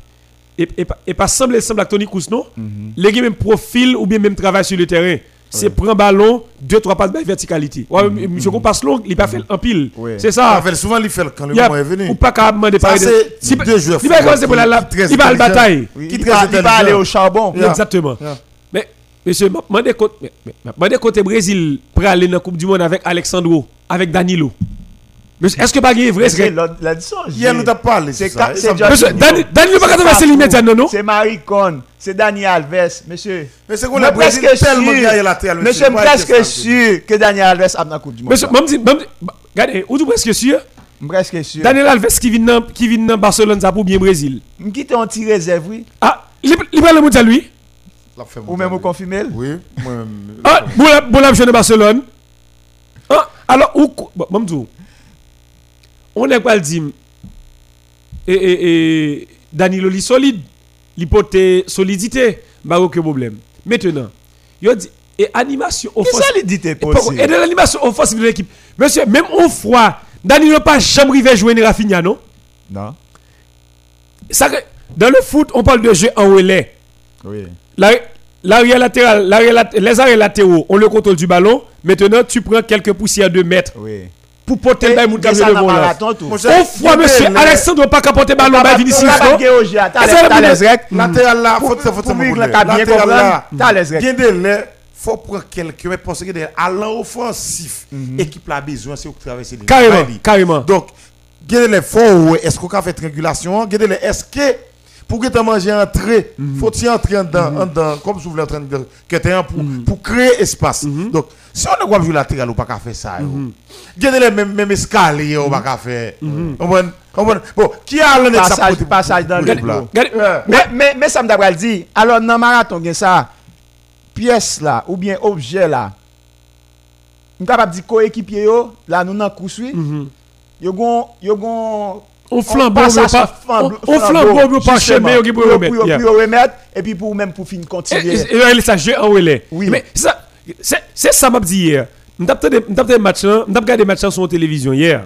et pas semble à Toni Kroos non. Les même profil ou bien même travail sur le terrain. C'est prendre ballon 2-3 passes de verticalité. Monsieur qu'on passe long, il pas fait en pile. C'est ça. Souvent il fait quand le moment est venu. Ou pas capable demander par si deux joueurs. Il va commencer pour il va le bataille. Il va aller au charbon. Exactement. Mais monsieur mandez côté Brésil pour aller dans la Coupe du monde avec Alexandro, avec Danilo. Est-ce que pas vrai c'est la disons. Hier nous t'a parlé c'est Danilo pas traverser l'immédiat non. C'est Maricon, c'est Dani Alves, monsieur. Mais c'est qu'on a presque tellement derrière la terre. Monsieur presque sûr que Dani Alves a dans Coupe du monde. Monsieur regardez, ou presque sûr? Presque sûr. Daniel Alves qui vient dans Barcelone ça pour bien Brésil. M'quitte en petit réserve oui. Ah, il prend le mondial lui. Ou même vous confirmez? Oui, moi-même. Ah, bon la de Barcelone. Ah, alors ou Mamdou. On est pas le dire et Danilo li solide, l'hypothèse solidité, pas aucun problème. Maintenant, il dit et animation offensive. Quelle solidité possible? Et de l'animation offensive de l'équipe. Monsieur, même au froid, Danilo pas jamais arrivé jouer Rafinha non? Non. Ça dans le foot, on parle de jeu en relais. Oui. L'arrière latéral, les arrêts latéraux, on le contrôle du ballon. Maintenant, tu prends quelques poussières de mètres. Oui. Pour porter le ballon de bon. Au froid, monsieur, Alexandre pas porter le ballon by Vinicius. T'as les règles. Latéral là, faut latéral là, t'as les règles. bien de faut prendre quelqu'un parce que à l'offensif équipe la besoin c'est traverser les carrément. Donc gardez les forts est-ce qu'on a fait régulation gardez les est-ce que pour que tu manger entrer faut-il entrer dans comme si vous voulez en train de que tu pour créer espace. Donc si on ne peut pas jouer latéral ou pas faire ça gardez les même escalier ou pas faire bon qui a le passage dans le mais ça me d'abord dit alors dans marathon gen ça pièce là ou bien objet là on capable dire coéquipier yo là nous dans course yo gon on flambeau pas chemin pour remettre et puis pour même pour finir continuer et ça jeu en relais mais ça c'est ça m'a dit hier m't'ai match là m't'ai regardé match sur la télévision hier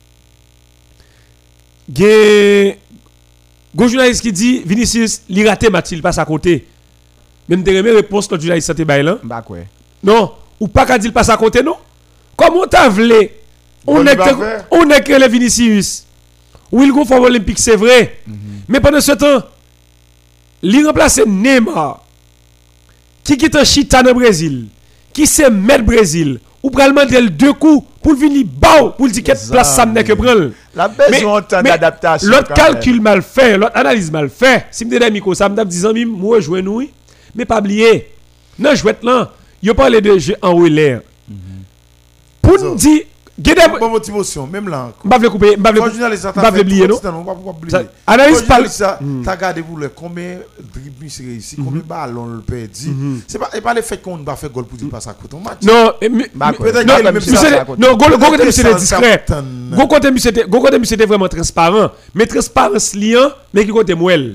go journaliste qui dit Vinicius li raté match il passe à côté même te remet réponse l'autre journaliste santé bail là non ou pas qu'a dit il passe à côté non comment t'as vlé on est que les Vinicius ou il go for olympique c'est vrai mais pendant ce temps il remplace Neymar qui quitte en chita dans Brésil qui c'est maître Brésil ou pral demander deux coups pour venir bao pour dire quelle place ça n'est que prendre la besoin temps d'adaptation l'autre calcul mal fait l'autre analyse mal fait si me donne micro ça me dit amis moi jouer nous mais pas oublier non jouette là yo parler de jeu en relais pour nous dire bonne motivation même là m'pa vle couper m'pa vle oublier non analyse parle ça t'as regardé vous le combien dribble réussi combien ballon le perdu c'est pas le fait qu'on va faire goal pour dire pas ça côté match non non goal côté monsieur discret goal côté monsieur était vraiment transparent mais transparence liant mais qui côté moelle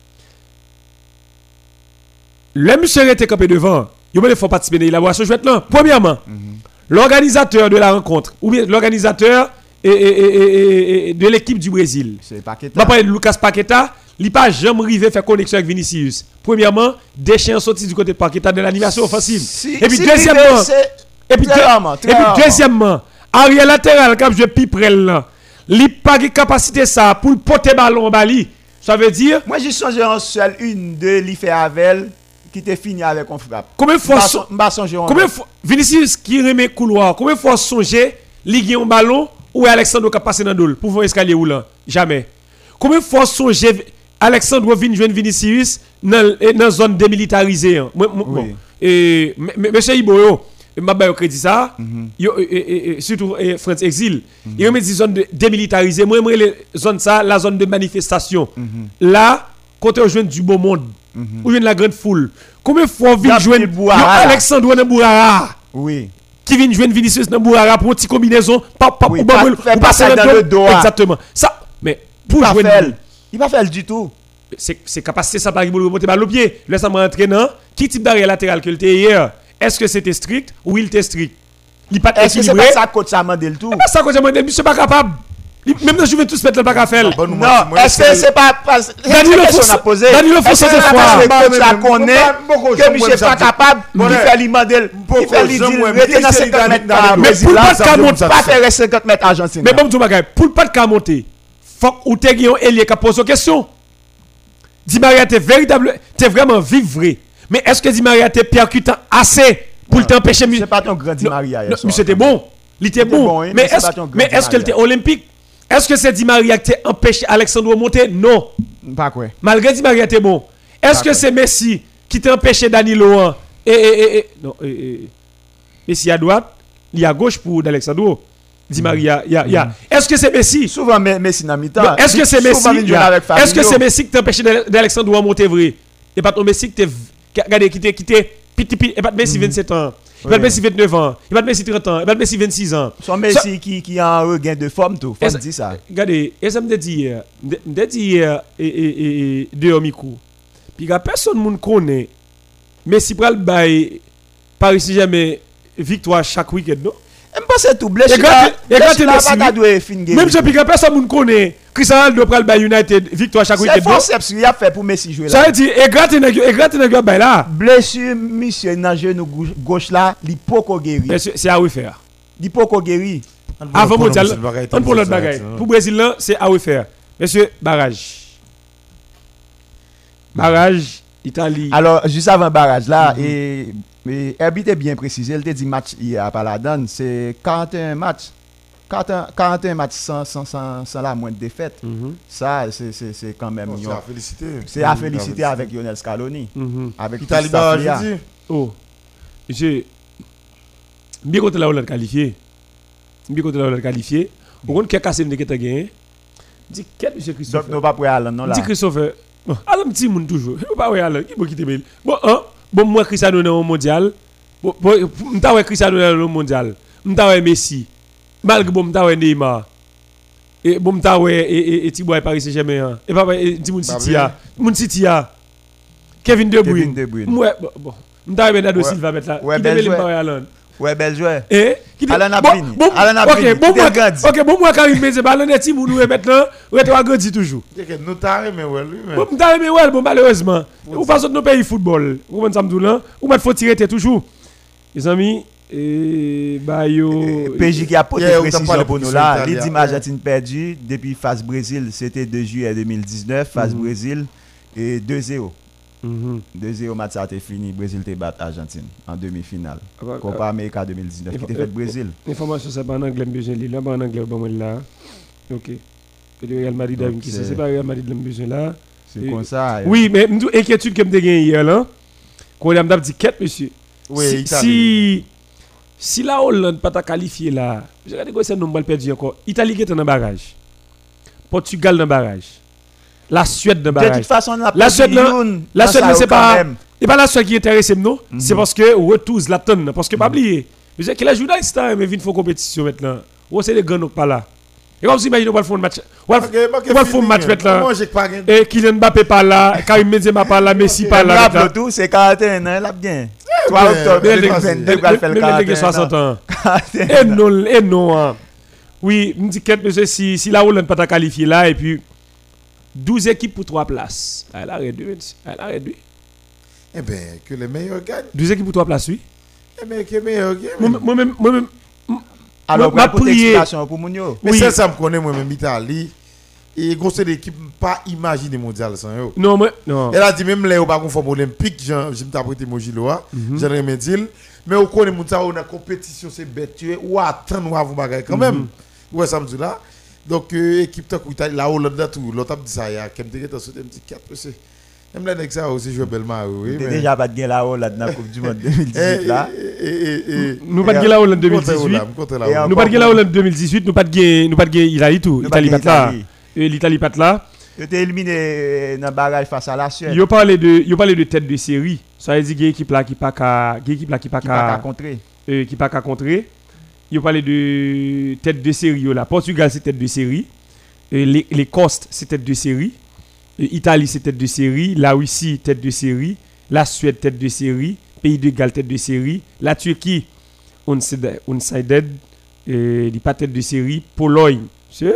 le monsieur était campé devant il me faut participer à l'élaboration jouette là premièrement l'organisateur de la rencontre ou bien l'organisateur de l'équipe du Brésil. C'est Paqueta. On va parler de Lucas Paqueta, il pas jamais arrivé faire connexion avec Vinicius. Premièrement, Deschamps sorti du côté de Paqueta de l'animation offensive. Et puis deuxièmement, arrière latéral quand je piprel là, il pas de capacité ça pour porter ballon en bali. Ça veut dire moi j'ai changé en seul une deux li fait Avel qui t'est fini avec un frappe. Combien de fois Vinicius qui remet couloir, combien de fois songer ligue un ballon ou Alexandre qui passe dans dol pour faire escalier ou là jamais. Combien de fois songer Alexandre vient joindre Vinicius dans zone démilitarisée. Et monsieur Iboyo m'a ba crédit ça surtout France Exil il remet dit zone démilitarisée moi zone ça la zone de manifestation là côté joindre du beau monde ou vient la grande foule combien de fois vient joindre Alexandre dans Bourara qui vient joindre Vinicius dans Bourara pour une petite combinaison pas passer dans le dos exactement ça mais pour joindre il va faire du tout c'est capacité ça par exemple remonter balle au pied laisse ça rentrer dans qui type d'arrière latéral que le était hier est-ce que c'était strict ou il était strict il pas est-ce que c'est pas ça coach ça mandé le tout pas ça coach ça mandé monsieur pas capable même dans Juventus peut-être pas faire non est-ce que c'est pas Danilo faut cette fois coach ça connaît que monsieur pas capable il fait l'imandel il fait lui dire rester dans 50 mètres mais pour pas de monter pas faire 50 mètres Argentine mais bon tout bagay pour pas de monter faut ou te guion ailier qui pose question Di Maria t'es vraiment vivre mais est-ce que Di Maria t'es percutant assez pour t'empêcher c'est pas ton grand Di Maria mais c'était bon il était bon mais est-ce qu'elle était olympique est-ce que c'est Di Maria qui t'a empêché Alexandre monter non pas quoi malgré Di Maria t'es bon est-ce que c'est Messi qui t'a empêché Danilo non Messi à droite il à gauche pour Alexandre Di Maria est-ce que c'est Messi souvent Messi dans mi-temps est-ce que c'est Messi qui t'a empêché d'Alexandre monter vrai et pas ton Messi qui t'a regardé qui t'est petit et pas Messi 27 ans il va Messi 29 ans, il va Messi 30 ans, il va Messi 26 ans. Son Messi qui a un regain de forme tout, faut dire ça. Regardez, et ça me dit hier de micro. Puis il y a personne qui connaît Messi pral bail Paris Saint-Germain victoire chaque week-end non? Je pense tout blessé. Même si personne ne connaît Cristiano Ronaldo pral bail United victoire chaque week-end. C'est forceps il a fait pour Messi jouer là. Ça veut dire et gratte nèg bail là. Blessure monsieur dans genou gauche là, il poko guéri. C'est à refaire. Il poko guéri. Avant mondial, on pour l'autre bagaille. Pour Brésil là, c'est à refaire. Monsieur barrage Italie. Alors juste avant barrage là et Mais Herbie était bien précisé, il t'a dit match hier à Paladon, c'est 41 matchs. 41 matchs sans la moindre défaite. Ça, c'est quand même... C'est à féliciter. C'est à féliciter avec Lionel Scaloni. Avec Italie, Christophe je Lia. dis. Oh, j'ai bien contre la Hollande qualifié. Bien contre la Hollande qualifié. Au compte qui a cassé le qui a gagné. Dis quel monsieur Christophe. Donc, nous pas pour Alan, non là. Dis Christophe. Alan petit monde toujours. Pas ouais Alan, qui peut quitter Bale. Bon moi Cristiano dans le mondial. Bon m'ta ouais Cristiano dans le mondial. M'ta ouais Messi. Malgré bon m'ta ouais Neymar. Et bon m'ta ouais et Thibaut Paris Saint-Germain. Et papa dit mon City a. Kevin De Bruyne. Ouais bon. M'ta ouais Bernardo Silva mettre là. Qui devait le pas Alan. Ouais, bel joueur. Alan a fini. Alan a fini. OK, bon moi Karim Benzema Alan est Timou nous maintenant, ouais toi grandi toujours. Nous t'arrêtons mais ouais lui mais. Bon t'arrêtons mais ouais bon malheureusement. Ou pas notre pays football. Vous comprenez ça me là? Ou mal faut tirer toujours. Les amis bah yo PJ qui a porté précision pour nous là, il dit Argentine perdue depuis face Brésil, c'était 2 juillet 2019 face Brésil et 2-0. 2-0 match a été fini, Brésil te bat Argentine en demi-finale. Copa América 2019 qui était fait Brésil. L'information c'est pas en anglais besoin là, pas en anglais bon là. OK. Le Real Madrid a qui c'est pas Real Madrid le besoin là. C'est comme ça. Oui, mais nous inquiétude que me gagné hier là. Qu'on a dit quête monsieur. Oui, si la Hollande pas ta qualifié là, je regarde quoi c'est nous mal perdu encore. Italie qui est dans barrage. Portugal dans barrage. La Suède dans barrage. De toute façon, la Suède c'est pas et pas la Suède qui intéresse nous, c'est parce que retour Zlatan parce que pas oublier. Je sais que la journaliste mais vinn faut compétition maintenant. Ou c'est les grands pas là. Et comme si imagine on va faire un match. On va faire un match maintenant. Et Kylian Mbappé pas là, Karim Benzema pas là, Messi pas là. Le tout c'est 41 ans, là bien. 3 octobre 2022 va faire le 41 60 ans. Et non. Oui, me dit quête monsieur si la Hollande pas ta qualifié là et puis 12 équipes pour 3 places. Elle a réduit. Eh bien, que les meilleurs gagnent. 12 équipes pour 3 places, oui. Eh bien, que les meilleurs gagnent. Moi-même. Alors, ma prière pour Mounio. Mais oui. Ça me connaît moi-même, Italie. Et gros, c'est l'équipe pas imaginer mondial sans eux. Non. Elle a dit même là, au pas conforme olympique, je me prêté Mojiloa, j'aimerais me dire. Mais au connaît mondial, on a compétition, c'est bête, ou attendre, ou avant bagarre quand même. Ouais, ça me dit là. Donc, équipe de la Hollande, tout, l'autre a dit ça, il y a quelqu'un qui a sauté un petit 4 PC. Même là, avec ça aussi, je vais bellement. Oui, déjà pas de gagner la Hollande dans la Coupe du Monde 2018 là. Nous pas de gagner la Hollande 2018. Nous pas de gagner la Hollande 2018, nous pas de gagner Italie tout. L'Italie pas là. L'Italie pas là. Tu t'es éliminé dans le barrage face à la Suède. Yo parlé de tête de série. Ça veut dire qu'il y a équipe là qui pas contrer. Qui pas contrer. Yo parlé de tête de série là. Portugal c'est tête de série. L'Écosse c'est tête de série. Italie c'est tête de série, la Russie tête de série, la Suède tête de série, Pays de Galles tête de série, la Turquie unsided et pas tête de série, Pologne. C'est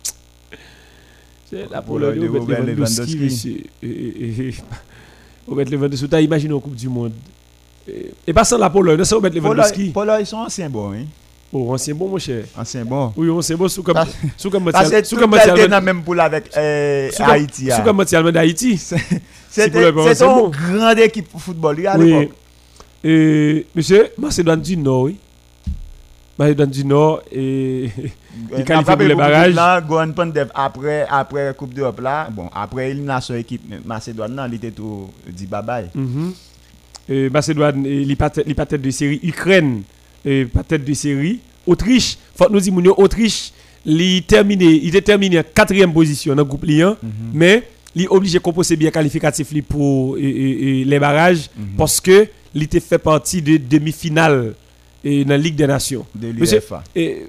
la Pologne Robert Lewandowski. Robert Lewandowski, tu imagines en Coupe du Monde. Et pas sans la Pologne, c'est Robert Lewandowski. Pologne sont anciens bons, hein. Oh, ancien bon mon cher. Ancien bon. Oui, ancien bon sous comme même pour avec Haïti. Sous comme Allemand d'Haïti. C'est une grande équipe pour football à l'époque. Monsieur, Macédoine du Nord, oui. Macédoine du Nord et il qualifie pour les barrages. Après Coupe d'Europe là, bon, après élimination équipe Macédoine là, il était tout dit bye bye. Macédoine, il pas tête de série Ukraine. Pas tête de série. Autriche, faut nous dire Autriche, il était terminé en 4e position dans le groupe Lyon, mais il est obligé de composer bien qualificatif pour les barrages parce que il était fait partie de demi-finale dans la Ligue des Nations. De l'UEFA.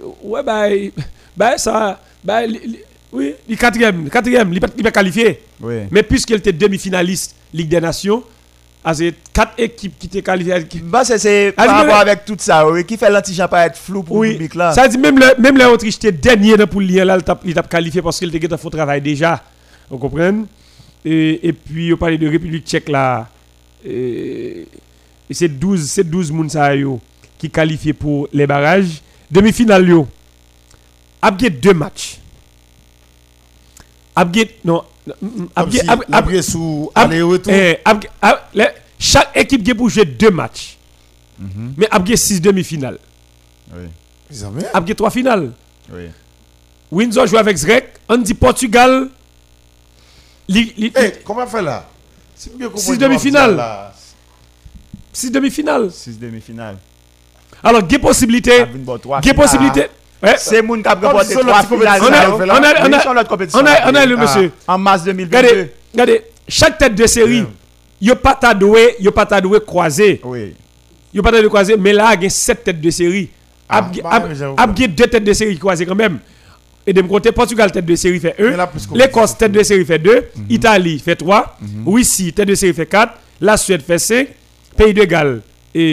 Oui, il est 4e, il pas qualifié. Oui. Mais puisqu'il était demi-finaliste Ligue des Nations, c'est 4 équipes qui étaient qualifiées. C'est par rapport avec tout ça, qui fait l'antigen pas être flou pour le public là. Ça dit même l'Autriche était dernier dans le lien là, il t'a qualifié parce qu'il était fait travail déjà. Vous comprenez? Et puis on parle de République tchèque là. Et c'est 12 Mounsa qui qualifiés pour les barrages. Demi-finale yo. Abgé 2 matchs. Chaque équipe qui pour jouer 2 matchs. Mais après 6 demi-finales. Oui. Ils ont mis. Après 3 finales. Oui. Windsor joue avec Zrek, on dit Portugal. Comment faire là? 6 demi-finales. 6 demi-finales. 6 demi-finales. Alors, il y a possibilité. Il y a possibilité. C'est mon cap remporté 3 finales. On a le monsieur. En mars 2022. Regardez, chaque tête de série, il n'y a pas de croisé. Oui. Il n'y a pas de croisé, mais là, il y a 7 têtes de série. Il y a 2 têtes de série croisées quand même. Et de mon côté, Portugal, tête de série fait 1. L'Écosse, tête de série fait 2. Italie fait 3. Russie, tête de série fait 4. La Suède fait 5. Pays de Galles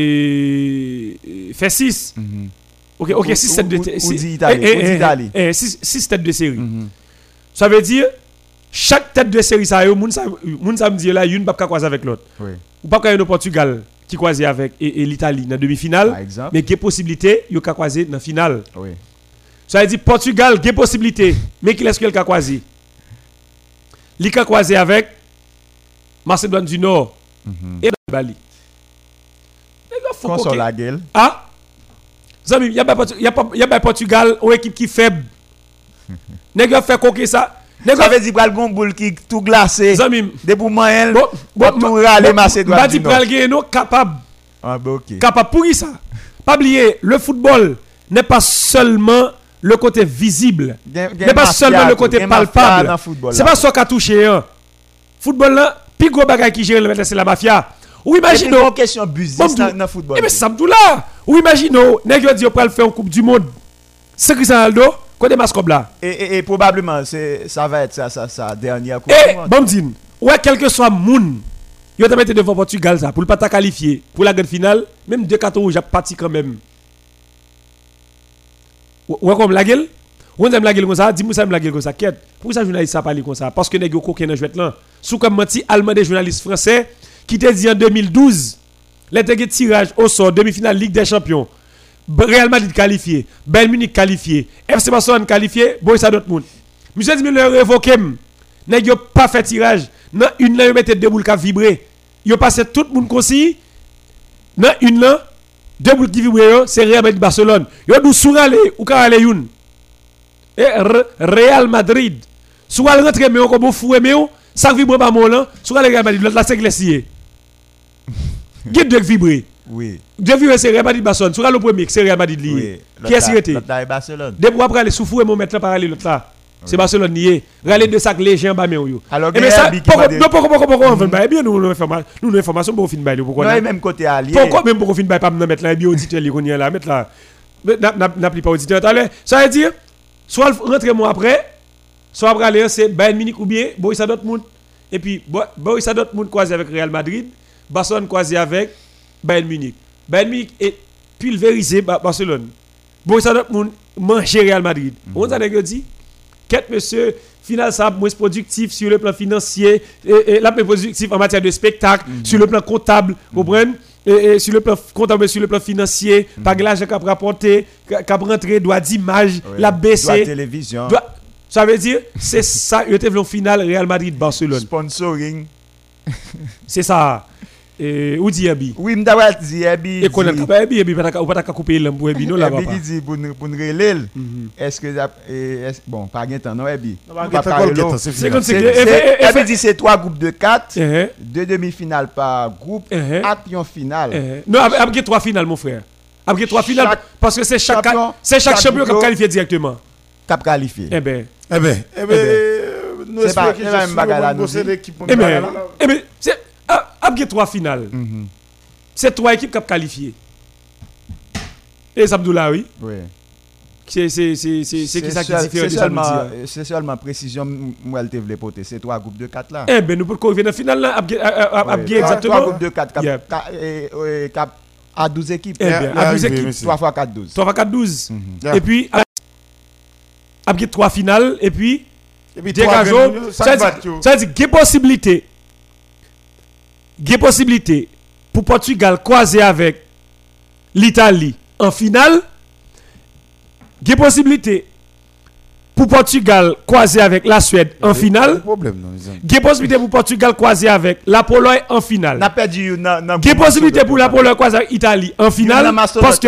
fait 6. Ok, 6 têtes de série. 6 têtes de série. Ça veut dire, chaque tête de série, ça y est, moun ça me dit là, une ne peut pas croiser avec l'autre. Ou pas quand il y a le Portugal qui croise avec l'Italie dans la demi-finale. Mais il y a possibilité, il y a croiser dans la finale. Ça veut dire Portugal, il y a possibilité. Mais qui est-ce qu'il a croisé? Il a croisé avec Macédoine du Nord et Bali. Console la gueule. Ah? Il y a pas Portugal, une équipe qui est faible. Nèg a fait coquer ça. Ça veut dire pral gon boule qui tout glacé. De pour moyen. Tout râler Macédoine du Nord. Badi pral capable. Ah bah OK. Capable pour ça. Pas oublier, le football n'est pas seulement le côté visible. N'est pas seulement le côté palpable. C'est pas ça qui a touché hein. Football là, plus gros bagage qui gère c'est la mafia. Ou imaginez une question business dans football. Mais ça me là. Ou imaginez, nèg yo di yo pral faire une coupe du monde. C'est Cristiano Ronaldo côté mascob là. Et probablement ça va être ça dernière coupe du monde. Bamdine. Ouais, quel que soit moun, yo te mette devant Portugal ça pour pas ta qualifier pour la grande finale, même 2 cartons rouges a parti quand même. Ouais comme la gueule. On aime la gueule comme ça, dis-moi ça aime la gueule comme ça. Quête. Pourquoi ça journaliste ça parler comme ça? Parce que nèg yo coquin dans jouet là. Sous comme menti allemand des journalistes français qui te dit en 2012, les tirage au sort demi-finale Ligue des Champions. Real Madrid qualifié, Bayern Munich qualifié, FC Barcelone qualifié, Borussia Dortmund. Monsieur dit le révoqué, nèg yo pas fait tirage. Dans une là yo mette deux boules qui vibrer. Yo passé tout le monde consi. Dans une là deux boules qui vibrent, c'est Real Madrid Barcelone. Yo dou sourale ou ka ale youn. Et Real Madrid. Sourale rentre mais comme fou mais ça vibre pas mon là, sourale Real Madrid l'autre là c'est glacier. Qui doit vibrer? Oui. Deux vibrer c'est Real Madrid Barcelone. Sourale le premier c'est Real Madrid lié. Qui est arrêté? L'autre là est Barcelone. Dès pour après aller sous fou et mon mettre là par aller l'autre là. C'est Barcelone nié. Râler de sac léger en bas mais yo. Alors mais ça pourquoi on fait pas bien nous information pour fin bail pourquoi non même côté allié. Pourquoi même pour fin bail pas mettre là bien auditeur li connait là mettre là n'appli pas auditeur ça veut dire soit rentrer moi après soit après aller c'est Bayern Munich ou bien Borussia Dortmund et puis Borussia Dortmund croisé avec Real Madrid, Barcelone croisé avec Bayern Munich. Bayern Munich est pulvérisé par Barcelone. Borussia Dortmund mange Real Madrid. On a dit quête monsieur final ça moins productif sur le plan financier et la plus productif en matière de spectacle sur le plan comptable vous comprenez et sur le plan comptable sur le plan financier pas de l'argent qu'a rapporté qu'a rentré droit d'image la baisser droit télévision ça veut dire c'est ça il était le final Real Madrid Barcelone sponsoring c'est ça ou dit Ebi oui m'dawat dit Ebi et connaît pas Ebi pas couper l'embo Ebi non là Ebi qui dit pour relève est-ce que bon pas gain temps non Ebi c'est comme Ebi dit c'est 3 groupes de 4 2 demi-finales par groupe et une finale non après 3 finales mon frère après 3 finales parce que c'est chaque champion qui qualifié directement cap qualifié nous espérons que même bagarre c'est l'équipe c'est après 3 finales. C'est 3 équipes qui ont qualifié. Et Sabdoula oui. C'est qui ça qui diffère de ça c'est seulement précision moi elle te voulait porter c'est 3 groupes de 4 là. Eh ben nous pouvons venir dans finale là exactement 3 groupes de 4 cap à 12 équipes. Eh bien à 12 équipes 3 fois 4 12. 3 fois 4 12. Et puis après 3 finales et puis ça dit qu'il y a possibilité pour Portugal croiser avec l'Italie en finale. Il y a possibilité pour Portugal croiser avec la Suède en finale. Problème non, les amis. Il y a possibilité pour Portugal croiser avec la Pologne en finale. N'a perdu Il y a possibilité pour la Pologne croiser avec l'Italie en finale parce que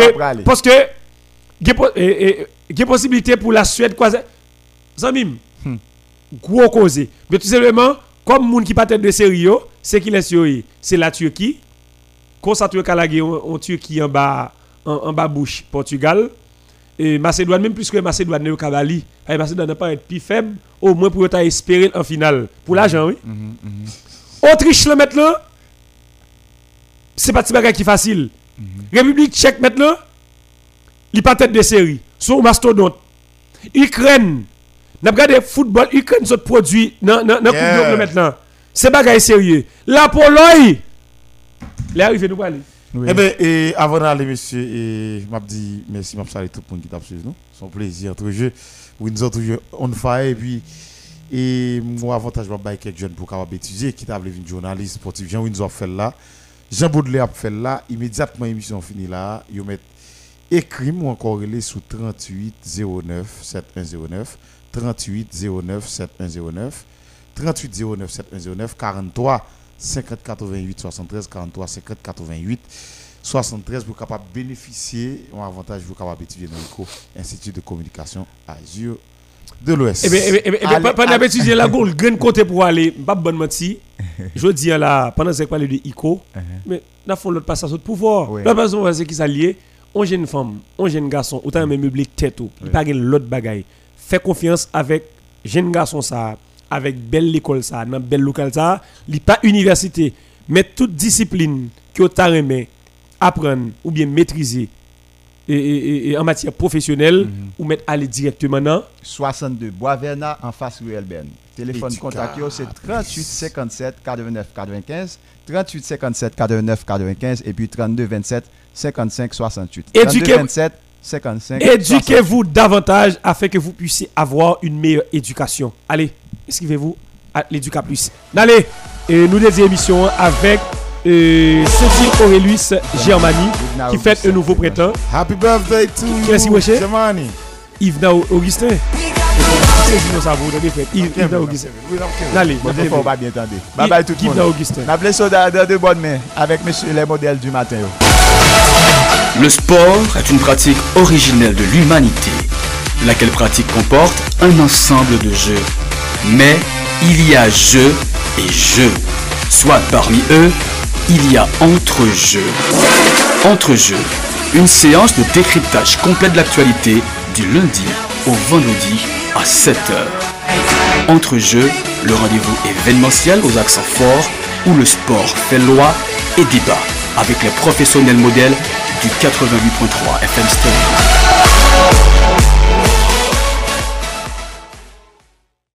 il y a possibilité pour la Suède croiser. Zamim. Gros causé. Mais tout simplement comme moun qui pas tête de série c'est qui les c'est la Turquie. Quand ça tu calagé en Turquie en bas bouche Portugal. Et Macédoine même plus que Macédoine au Kabali, Macédoine n'a pas être plus faible au moins pour espérer en finale pour l'argent oui. Autriche là maintenant c'est pas petit bagage qui facile. République tchèque maintenant il pas tête de série sur mastodonte. Ukraine n'a regardé football Ukraine se produit dans coupe du monde maintenant. C'est bagage sérieux. La Pologne les arrivé nous parler. Oui. Eh bien, et avant d'aller, monsieur, et m'a dit merci, m'a salué tout le monde qui t'a suivi nous. C'est un plaisir entre jeux. Windsor toujours on fire et puis moi avantage m'a bailler quelques jeunes pour capable étudier qui t'a voulu venir journaliste sportif Jean Windsor fait là. Jean Baudelaire fait là immédiatement émission finie là, yo met écrit ou encore relé sous 38 09 7109 38 09 7109 38 09 7109 43 50 88 73 43 50 88 73 pour capable bénéficier un avantage pour capable étudier dans l'Institut de communication Azur de l'Ouest. Pendant étudier la goal grand côté pour aller pas bonne menti. Je dis là pendant que parler de ICO mais n'a font l'autre passage de pouvoir. L'autre passage c'est qui s'allier on jeune femme, on jeune garçon autant même meublé tête tout. Il pas l'autre bagaille. Fais confiance avec jeune garçon ça avec belle l'école ça dans belle local ça li pas université mais toute discipline que tu as aimé apprendre ou bien maîtriser et en matière professionnelle ou mettre aller directement dans 62 Bois-Vernat en face Ruelle Ben. Téléphone contact c'est 38 57 89 95 38 57 89 95 et puis 32 27 55 68 32 27 55 éduquez-vous davantage afin que vous puissiez avoir une meilleure éducation. Allez, inscrivez-vous à l'Éduca Plus. Allez, nous dédions l'émission avec Cécile Aurelius Germani qui fête un nouveau printemps. Happy birthday to you, Germani. Yves Augustin. Yves Augustin. Allez, on va bien entendre. Bye bye tout le monde. Yves Augustin. La blessure de bonne main avec monsieur les modèles du matin. Le sport est une pratique originelle de l'humanité, laquelle pratique comporte un ensemble de jeux. Mais il y a jeux et jeux. Soit parmi eux, il y a entre-jeux. Entre-jeux, une séance de décryptage complet de l'actualité du lundi au vendredi à 7h. Entre-jeux, le rendez-vous événementiel aux accents forts où le sport fait loi et débat avec les professionnels modèles du 88.3 FM Stereo.